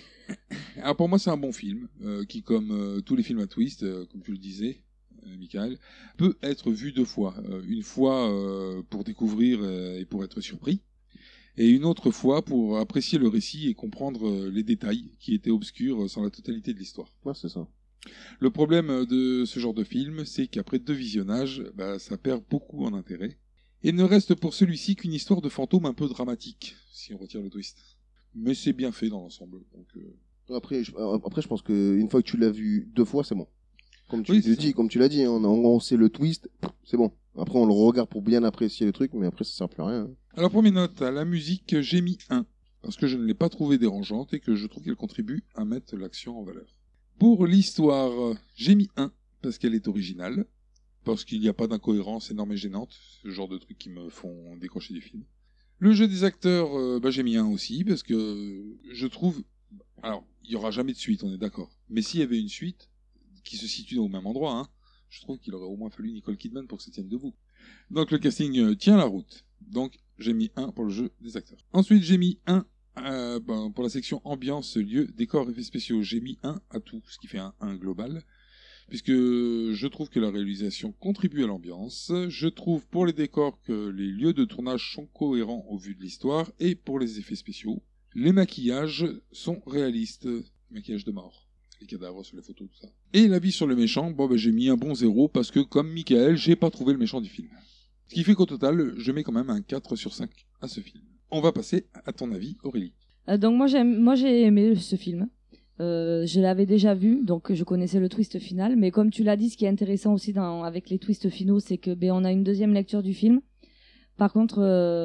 Alors pour moi, c'est un bon film qui, comme tous les films à twist, comme tu le disais, Michael, peut être vu 2 fois. Une fois pour découvrir et pour être surpris, et une autre fois pour apprécier le récit et comprendre les détails qui étaient obscurs sans la totalité de l'histoire. Ouais, c'est ça. Le problème de ce genre de film, c'est qu'après 2 visionnages, ça perd beaucoup en intérêt. Et ne reste pour celui-ci qu'une histoire de fantôme un peu dramatique, si on retire le twist. Mais c'est bien fait dans l'ensemble. Donc, Après, je pense qu'une fois que tu l'as vu 2 fois, c'est bon. Comme tu le dis, comme tu l'as dit, on sait le twist, c'est bon. Après, on le regarde pour bien apprécier le truc, mais après, ça sert plus à rien. Alors pour mes notes, à la musique, j'ai mis 1, parce que je ne l'ai pas trouvée dérangeante et que je trouve qu'elle contribue à mettre l'action en valeur. Pour l'histoire, j'ai mis 1, parce qu'elle est originale, parce qu'il n'y a pas d'incohérence énorme et gênante, ce genre de trucs qui me font décrocher du film. Le jeu des acteurs, j'ai mis 1 aussi, parce que je trouve... Alors, il n'y aura jamais de suite, on est d'accord. Mais s'il y avait une suite, qui se situe au même endroit, je trouve qu'il aurait au moins fallu Nicole Kidman pour que ça tienne debout. Donc le casting tient la route. Donc j'ai mis 1 pour le jeu des acteurs. Ensuite j'ai mis 1 pour la section ambiance, lieu, décor, effets spéciaux. J'ai mis 1 à tout, ce qui fait un 1 global. Puisque je trouve que la réalisation contribue à l'ambiance. Je trouve pour les décors que les lieux de tournage sont cohérents au vu de l'histoire. Et pour les effets spéciaux, les maquillages sont réalistes. Maquillage de mort. Les cadavres sur les photos, tout ça. Et l'avis sur le méchant, j'ai mis un bon 0 parce que, comme Michael, j'ai pas trouvé le méchant du film. Ce qui fait qu'au total, je mets quand même un 4 sur 5 à ce film. On va passer à ton avis, Aurélie. Donc moi j'ai aimé ce film. Je l'avais déjà vu, donc je connaissais le twist final. Mais comme tu l'as dit, ce qui est intéressant aussi avec les twists finaux, c'est que on a une deuxième lecture du film. Par contre,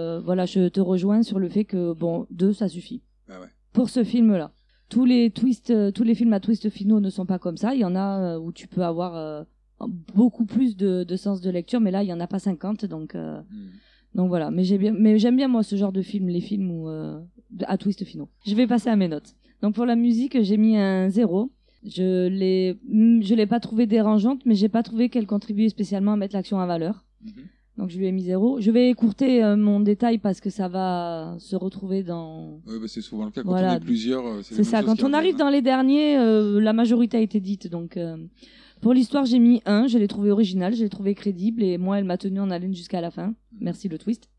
je te rejoins sur le fait que 2 ça suffit. Ah ouais. Pour ce film-là. Tous les films à twist finaux ne sont pas comme ça. Il y en a où tu peux avoir beaucoup plus de sens de lecture, mais là il y en a pas 50, donc voilà. Mais j'aime bien moi ce genre de film, les films à twist finaux. Je vais passer à mes notes. Donc pour la musique, j'ai mis un 0. Je l'ai pas trouvée dérangeante, mais j'ai pas trouvé qu'elle contribuait spécialement à mettre l'action en valeur. Donc je lui ai mis 0. Je vais écourter mon détail parce que ça va se retrouver dans... Oui, c'est souvent le cas quand on est plusieurs. C'est ça, quand on arrive dans les derniers, la majorité a été dite. Donc pour l'histoire, j'ai mis 1. Je l'ai trouvé originale, je l'ai trouvé crédible et moi, elle m'a tenu en haleine jusqu'à la fin. Merci le twist.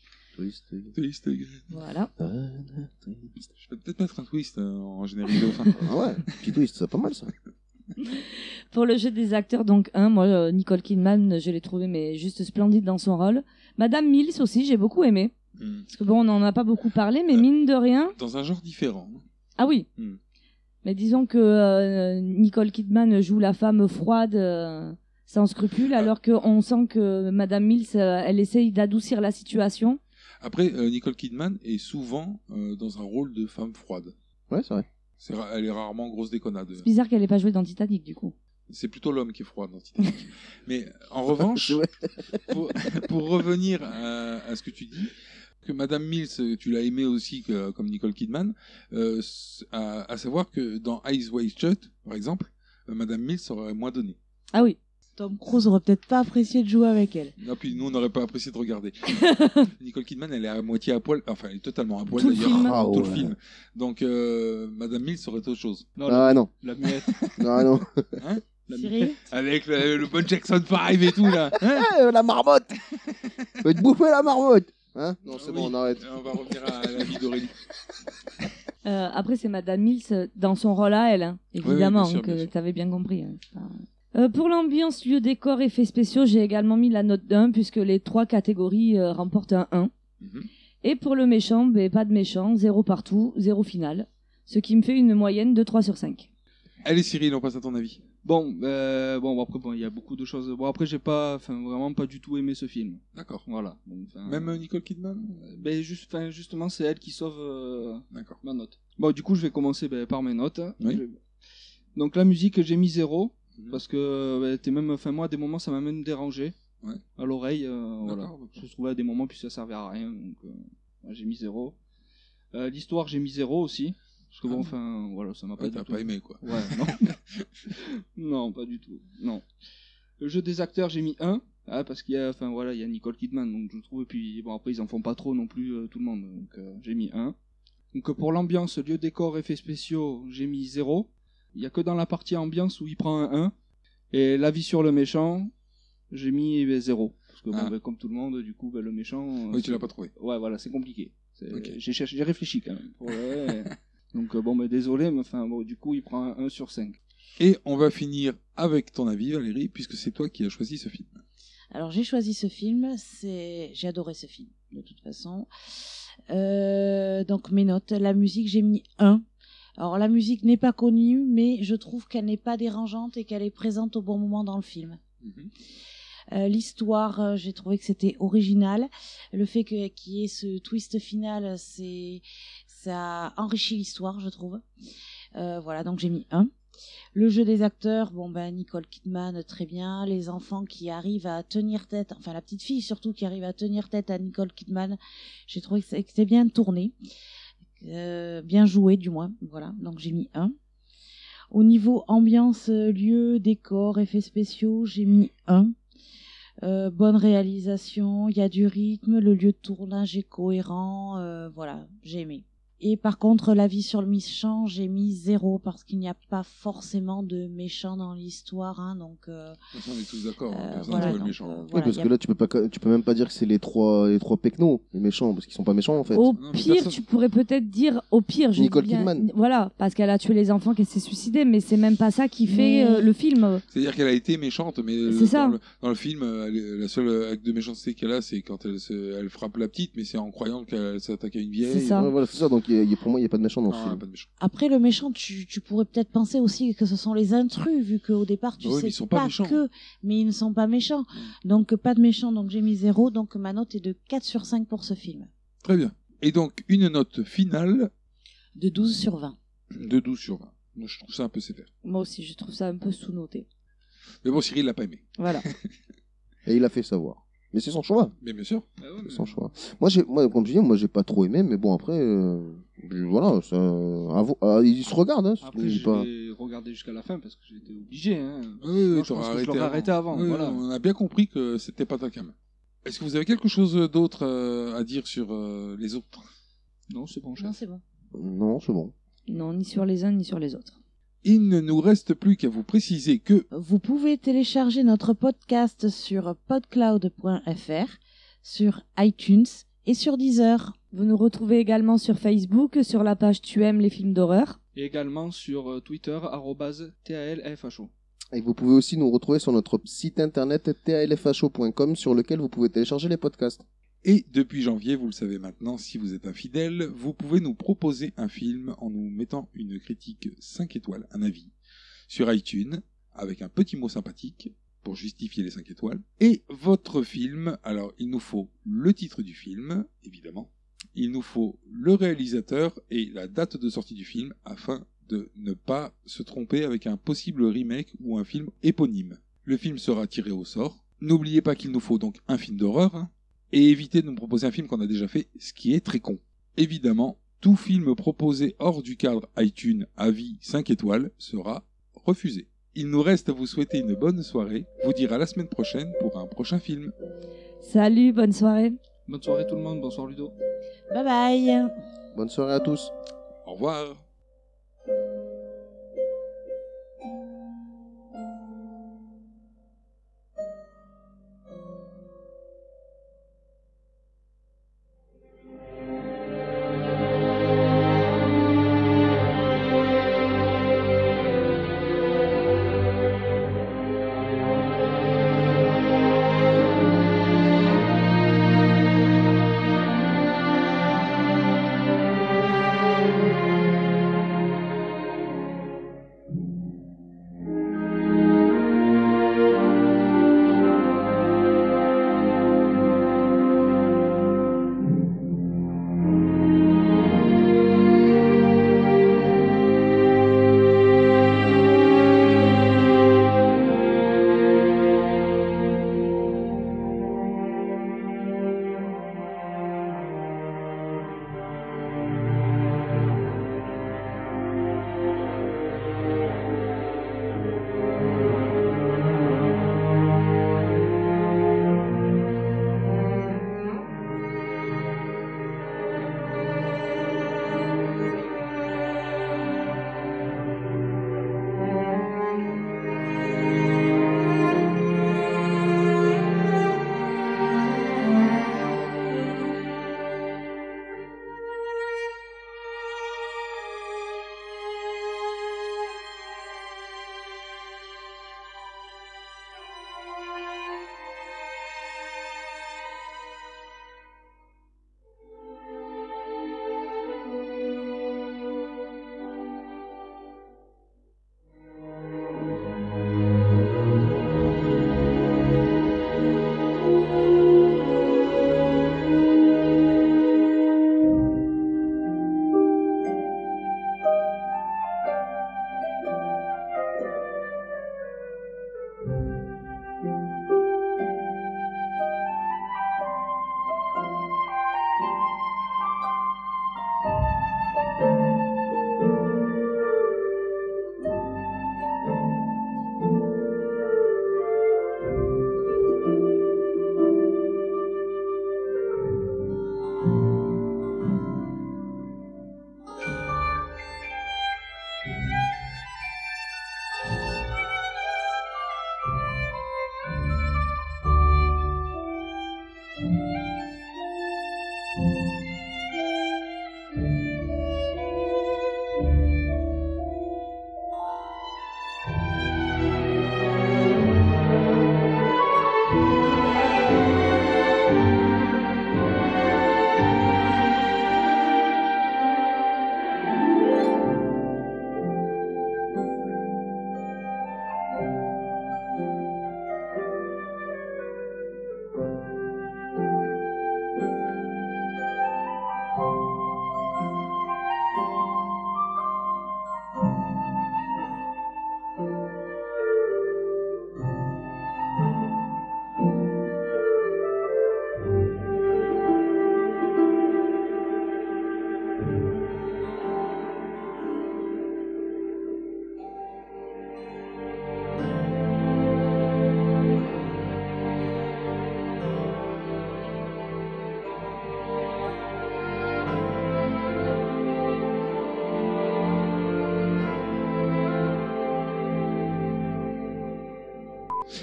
Twist. Voilà. Je vais peut-être mettre un twist en générique au fin. Ah ouais, petit twist, c'est pas mal ça. Pour le jeu des acteurs, donc moi Nicole Kidman, je l'ai trouvée mais juste splendide dans son rôle. Madame Mills aussi, j'ai beaucoup aimé. Parce que on n'en a pas beaucoup parlé, mais mine de rien... Dans un genre différent. Ah oui. Mais disons que Nicole Kidman joue la femme froide, sans scrupule, alors qu'on sent que Madame Mills, elle essaye d'adoucir la situation. Après, Nicole Kidman est souvent dans un rôle de femme froide. Ouais, c'est vrai. Elle est rarement grosse déconnade. C'est bizarre qu'elle n'ait pas joué dans Titanic, du coup. C'est plutôt l'homme qui est froid dans Titanic. Mais en revanche, pour revenir à ce que tu dis, que Madame Mills, tu l'as aimée aussi comme Nicole Kidman, à savoir que dans Eyes Wide Shut, par exemple, Madame Mills aurait moins donné. Ah oui. Tom Cruise aurait peut-être pas apprécié de jouer avec elle. Non, puis nous, on n'aurait pas apprécié de regarder. Nicole Kidman, elle est à moitié à poil, enfin, elle est totalement à poil d'ailleurs, tout le film. Donc, Madame Mills aurait autre chose. Non. La muette. Non. Hein? Cyril Avec le bon Jackson 5 et tout, là. Hein? La marmotte. Va te bouffer la marmotte. Hein? Non, c'est bon, on arrête. On va revenir à la vie d'Aurélie. Après, c'est Madame Mills dans son rôle à elle, évidemment, que tu avais bien compris. Pour l'ambiance, lieu, décor, effets spéciaux, j'ai également mis la note d'1 puisque les 3 catégories remportent un 1. Et pour le méchant, pas de méchant, 0 partout, 0 final. Ce qui me fait une moyenne de 3 sur 5. Allez Cyril, on passe à ton avis. Bon, après, il y a beaucoup de choses. Bon, après, j'ai vraiment pas du tout aimé ce film. D'accord. Voilà. Même Nicole Kidman justement, c'est elle qui sauve D'accord. ma note. Bon, du coup, je vais commencer par mes notes. Oui. Donc, la musique, j'ai mis 0. Parce que moi, à des moments, ça m'a même dérangé. Ouais. À l'oreille. Voilà. Je trouvais à des moments, puis ça servait à rien. Donc, j'ai mis 0. L'histoire, j'ai mis 0 aussi. Parce que voilà, ça m'a pas du tout. T'as pas aimé, quoi. Ouais, non. Non, pas du tout. Non. Le jeu des acteurs, j'ai mis 1. Parce qu'il y a, il y a Nicole Kidman, donc je trouve. Et puis, bon, après, ils en font pas trop non plus, tout le monde. Donc, j'ai mis 1. Donc, pour l'ambiance, lieu, décor, effets spéciaux, j'ai mis 0. Il y a que dans la partie ambiance où il prend un 1. Et l'avis sur le méchant, j'ai mis 0. Parce que, comme tout le monde, du coup, le méchant. Oui, tu l'as pas trouvé. Ouais, voilà, c'est compliqué. Okay. J'ai réfléchi quand même. Donc désolé, mais du coup il prend un 1 sur 5. Et on va finir avec ton avis Valérie, puisque c'est toi qui as choisi ce film. Alors j'ai choisi ce film, j'ai adoré ce film de toute façon. Donc mes notes, la musique j'ai mis 1. Alors la musique n'est pas connue, mais je trouve qu'elle n'est pas dérangeante et qu'elle est présente au bon moment dans le film. L'histoire, j'ai trouvé que c'était original. Le fait qu'il y ait ce twist final, ça enrichit l'histoire, je trouve. Voilà, donc j'ai mis 1. Le jeu des acteurs, Nicole Kidman, très bien. Les enfants qui arrivent à tenir tête, enfin la petite fille surtout qui arrive à tenir tête à Nicole Kidman, j'ai trouvé que c'était bien tourné. Bien joué du moins, voilà, donc j'ai mis 1. Au niveau ambiance, lieu, décor, effets spéciaux, j'ai mis 1. Bonne réalisation, il y a du rythme, le lieu de tournage est cohérent, voilà, j'ai aimé. Et par contre, l'avis sur le méchant, j'ai mis 0 parce qu'il n'y a pas forcément de méchant dans l'histoire, hein, donc. On est tous d'accord. Voilà, le méchant. Oui, parce que là, tu peux même pas dire que c'est les trois pecnos, les méchants, parce qu'ils sont pas méchants en fait. Au pire, tu pourrais peut-être dire au pire. Nicole Kidman. Voilà, parce qu'elle a tué les enfants, qu'elle s'est suicidée, mais c'est même pas ça qui fait le film. C'est-à-dire qu'elle a été méchante, mais dans le film, la seule acte de méchanceté qu'elle a, c'est quand elle frappe la petite, mais c'est en croyant qu'elle s'attaque à une vieille. C'est ça. Ouais, voilà, c'est ça. Donc pour moi, il n'y a pas de méchant dans ce film. Pas de méchant. Après, le méchant, tu pourrais peut-être penser aussi que ce sont les intrus, vu qu'au départ, tu sais ils sont pas méchants. mais ils ne sont pas méchants. Donc, pas de méchant, donc j'ai mis 0. Donc, ma note est de 4 sur 5 pour ce film. Très bien. Et donc, une note finale de 12 sur 20. De 12 sur 20. Moi, je trouve ça un peu sévère. Moi aussi, je trouve ça un peu sous-noté. Mais bon, Cyril l'a pas aimé. Voilà. Et il a fait savoir. Mais c'est son choix. Mais bien sûr. C'est son choix. Moi, comme tu dis, j'ai pas trop aimé, mais bon, après, voilà, il se regarde. Hein, après, vais regarder jusqu'à la fin parce que j'étais obligé. Hein. Oui, je l'aurais arrêté avant. Oui, voilà. On a bien compris que c'était pas ta cam. Est-ce que vous avez quelque chose d'autre à dire sur les autres? Non, c'est bon, chef. Non, c'est bon. Non, c'est bon. Non, ni sur les uns ni sur les autres. Il ne nous reste plus qu'à vous préciser que vous pouvez télécharger notre podcast sur podcloud.fr, sur iTunes et sur Deezer. Vous nous retrouvez également sur Facebook, sur la page Tu aimes les films d'horreur. Et également sur Twitter, @TALFHO. Et vous pouvez aussi nous retrouver sur notre site internet talfho.com sur lequel vous pouvez télécharger les podcasts. Et depuis janvier, vous le savez maintenant, si vous êtes un fidèle, vous pouvez nous proposer un film en nous mettant une critique 5 étoiles, un avis, sur iTunes, avec un petit mot sympathique, pour justifier les 5 étoiles. Et votre film, alors il nous faut le titre du film, évidemment, il nous faut le réalisateur et la date de sortie du film, afin de ne pas se tromper avec un possible remake ou un film éponyme. Le film sera tiré au sort. N'oubliez pas qu'il nous faut donc un film d'horreur, hein, et évitez de nous proposer un film qu'on a déjà fait, ce qui est très con. Évidemment, tout film proposé hors du cadre iTunes avis 5 étoiles sera refusé. Il nous reste à vous souhaiter une bonne soirée, vous dire à la semaine prochaine pour un prochain film. Salut, bonne soirée. Bonne soirée tout le monde, bonsoir Ludo. Bye bye. Bonne soirée à tous. Au revoir.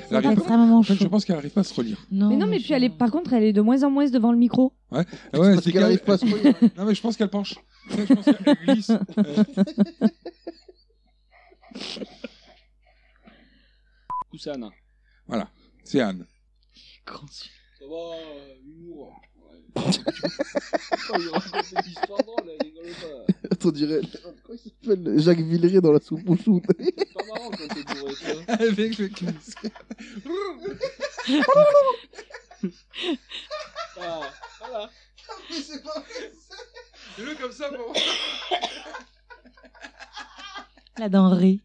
Elle arrive pas- extrêmement en fait, je chaud. pense qu'elle arrive pas à se relire. Non, mais non, mais puis elle est, par contre, elle est de moins en moins devant le micro. Ouais, C'est ouais, parce c'est qu'elle arrive pas à se relire. Non, mais je pense qu'elle penche. Je pense qu'elle glisse. Du coup, c'est Anna. Voilà, c'est Anne. Ça va, humour. Ouais. Oh, il raconte des histoires drôles, il rigole pas. Attends, on dirait. Comment il s'appelle Jacques Villeray dans la soupe au chou. C'est pas marrant quand t'es bourré, toi. Avec le casque. Ah, voilà. Mais c'est pas vrai. Fais-le comme ça pour. La denrée.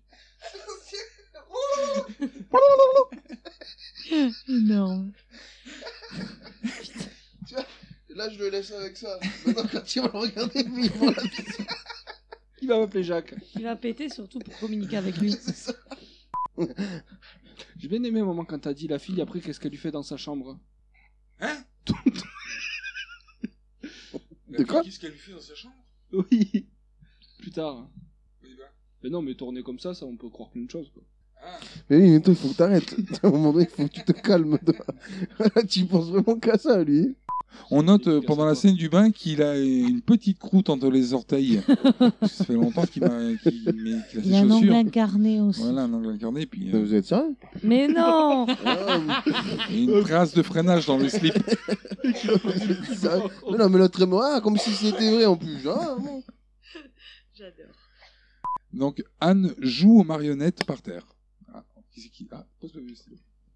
Énorme. Tu vois, là je le laisse avec ça. Maintenant quand il va le regarder, puis il va la piscine. Il va m'appeler Jacques. Il va péter surtout pour communiquer avec lui. J'ai bien aimé un moment quand t'as dit la fille, après qu'est-ce qu'elle lui fait dans sa chambre. Hein De quoi Qu'est-ce qu'elle lui fait dans sa chambre? Oui. Plus tard. Oui, bah. Mais non, mais tourner comme ça, on peut croire plein de choses, quoi. Mais oui, mais toi il faut que t'arrêtes. À un moment donné, il faut que tu te calmes. Tu penses vraiment qu'à ça, lui. On note pendant la scène du bain qu'il a une petite croûte entre les orteils. Ça fait longtemps qu'il a ses Il a un chaussures. ongle incarné aussi. Voilà, un ongle incarné. Puis, Vous êtes sérieux? Mais non. Et une trace de freinage dans le slip. Non, mais là, très ah, comme si c'était vrai en plus. Ah, bon. J'adore. Donc Anne joue aux marionnettes par terre. Ah, qui c'est qui? Ah, pose le stylo.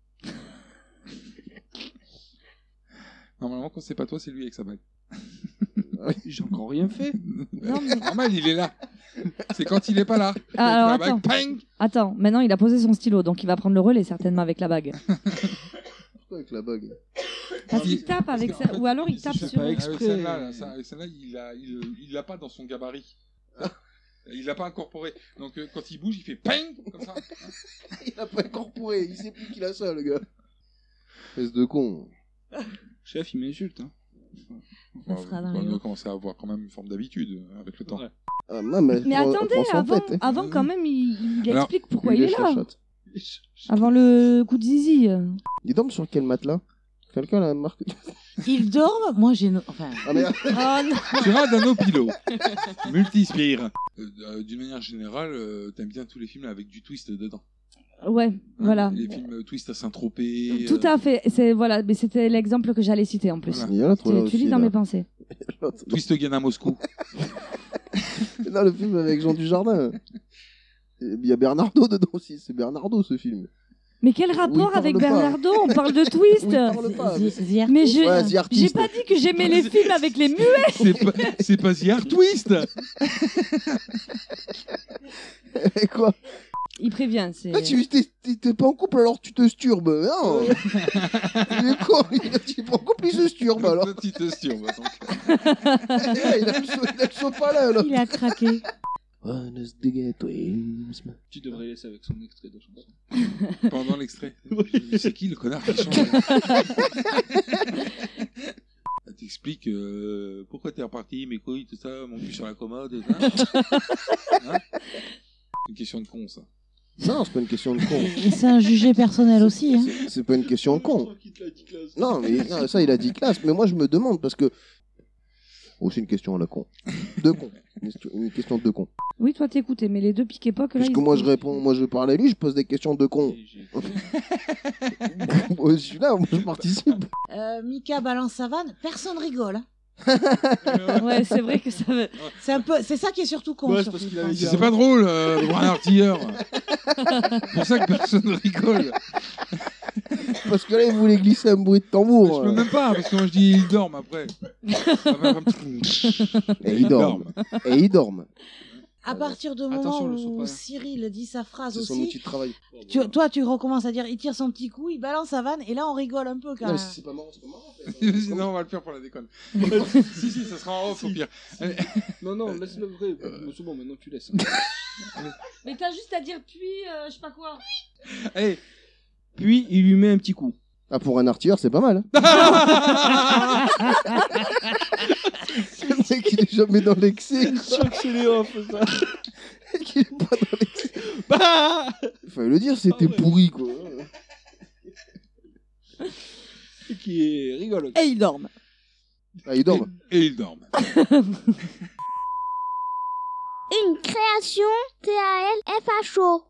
Normalement, quand c'est pas toi, c'est lui avec sa bague. J'ai encore rien fait. Non, mais- Normal, il est là. C'est quand il est pas là. Ah, alors Avec la attends. bague, ping. Attends, maintenant il a posé son stylo, donc il va prendre le relais certainement avec la bague. Pourquoi avec la bague? Parce qu'il tape avec Parce ça, qu'en fait, ou alors il tape fait sur. pas exprès. Avec celle-là, avec celle-là, il l'a pas dans son gabarit. Il l'a pas incorporé. Donc quand il bouge, il fait ping comme ça. Il a pas incorporé, il sait plus qu'il a ça, le gars. Espèce de con. Chef, il m'insulte. Hein. Ça sera dans On les doit autres. commencer à avoir quand même une forme d'habitude avec le temps. Ouais. Ah, non, mais Mais attendez, avant quand même, il Alors, explique pourquoi il est là. Chatte. Avant le coup de zizi. Il dorme sur quel matelas? Quelqu'un l'a marqué? Il dort, moi j'ai. Enfin. Ah, merde. Oh non. Sur un Danopilo. Multispire. D'une manière générale, t'aimes bien tous les films avec du twist dedans. Ouais, voilà. Les films twist à Saint-Tropez. Tout à fait. C'est voilà, mais c'était l'exemple que j'allais citer en plus. Voilà. Il y a l'autre, là, Tu aussi, lis dans là. mes pensées. Twist Gun à Moscou. Là, le film avec Jean Dujardin. Il y a Bernardo dedans aussi. C'est Bernardo, ce film. Mais quel Oui, rapport il avec parle pas. Bernardo? On parle de twist. Oui, il parle pas, mais- The Mais je Ouais, The j'ai Artist. pas dit que j'aimais les films avec les muets. C'est pas The Art Twist. Et quoi? Il prévient, c'est. Ah, t'es pas en couple alors tu te sturbes. Non. Il est con. Il est pas en couple, il se sturbe alors. Tu te sturbes, donc. Il a le sopalin là. Il a craqué. Tu devrais laisser avec son extrait de chanson. Pendant l'extrait. C'est qui le connard qui chante? Elle t'explique pourquoi t'es reparti, mes couilles, tout ça, mon cul sur la commode, tout ça. Hein? C'est une question de con, ça. Non, c'est pas une question de con. C'est un jugé personnel aussi. Hein. C'est pas une question de con. Non, mais non, ça il a dit classe. Mais moi je me demande parce que. Oh, c'est une question à la con. De con. Une question de con. Oui, toi t'écoutais, mais les deux piques époque là. Puisque moi je réponds, moi je parle à lui, je pose des questions de con. Moi je suis là, moi je participe. Mika balance sa vanne, personne rigole. Hein. Ouais, c'est vrai que ça veut. C'est un peu, c'est ça qui est surtout con. Ouais, c'est surtout, parce qu'il je avait pense. dit C'est pas drôle de voir un artilleur. C'est pour ça que personne rigole. Parce que là il voulait glisser un bruit de tambour. Je peux même pas, parce que moi je dis ils dorment après. Et ils dorment. Et ils dorment. À partir du moment Attention, le où sopalin. Cyril dit sa phrase C'est son aussi, outil de travail. toi tu recommences à dire il tire son petit coup, il balance sa vanne et là on rigole un peu quand Non, mais même. c'est pas marrant, c'est pas marrant. Non, on va le faire pour la déconne. Si, ça sera en off au pire. Allez. Non, non, laisse le vrai. C'est bon, maintenant tu laisses. Mais t'as juste à dire puis, je sais pas quoi. Allez. Puis il lui met un petit coup. Ah, pour un artilleur, c'est pas mal. Hein. Le mec, il est jamais dans l'excès. Je suis sûr que c'est les off, ça. Il est pas dans l'excès. Bah Fallait le dire, c'était Ah ouais. pourri, quoi. Et qui est rigolo. Et ils dorment. Ah, ils dorment. Et ils dorment. Une création TALFHO.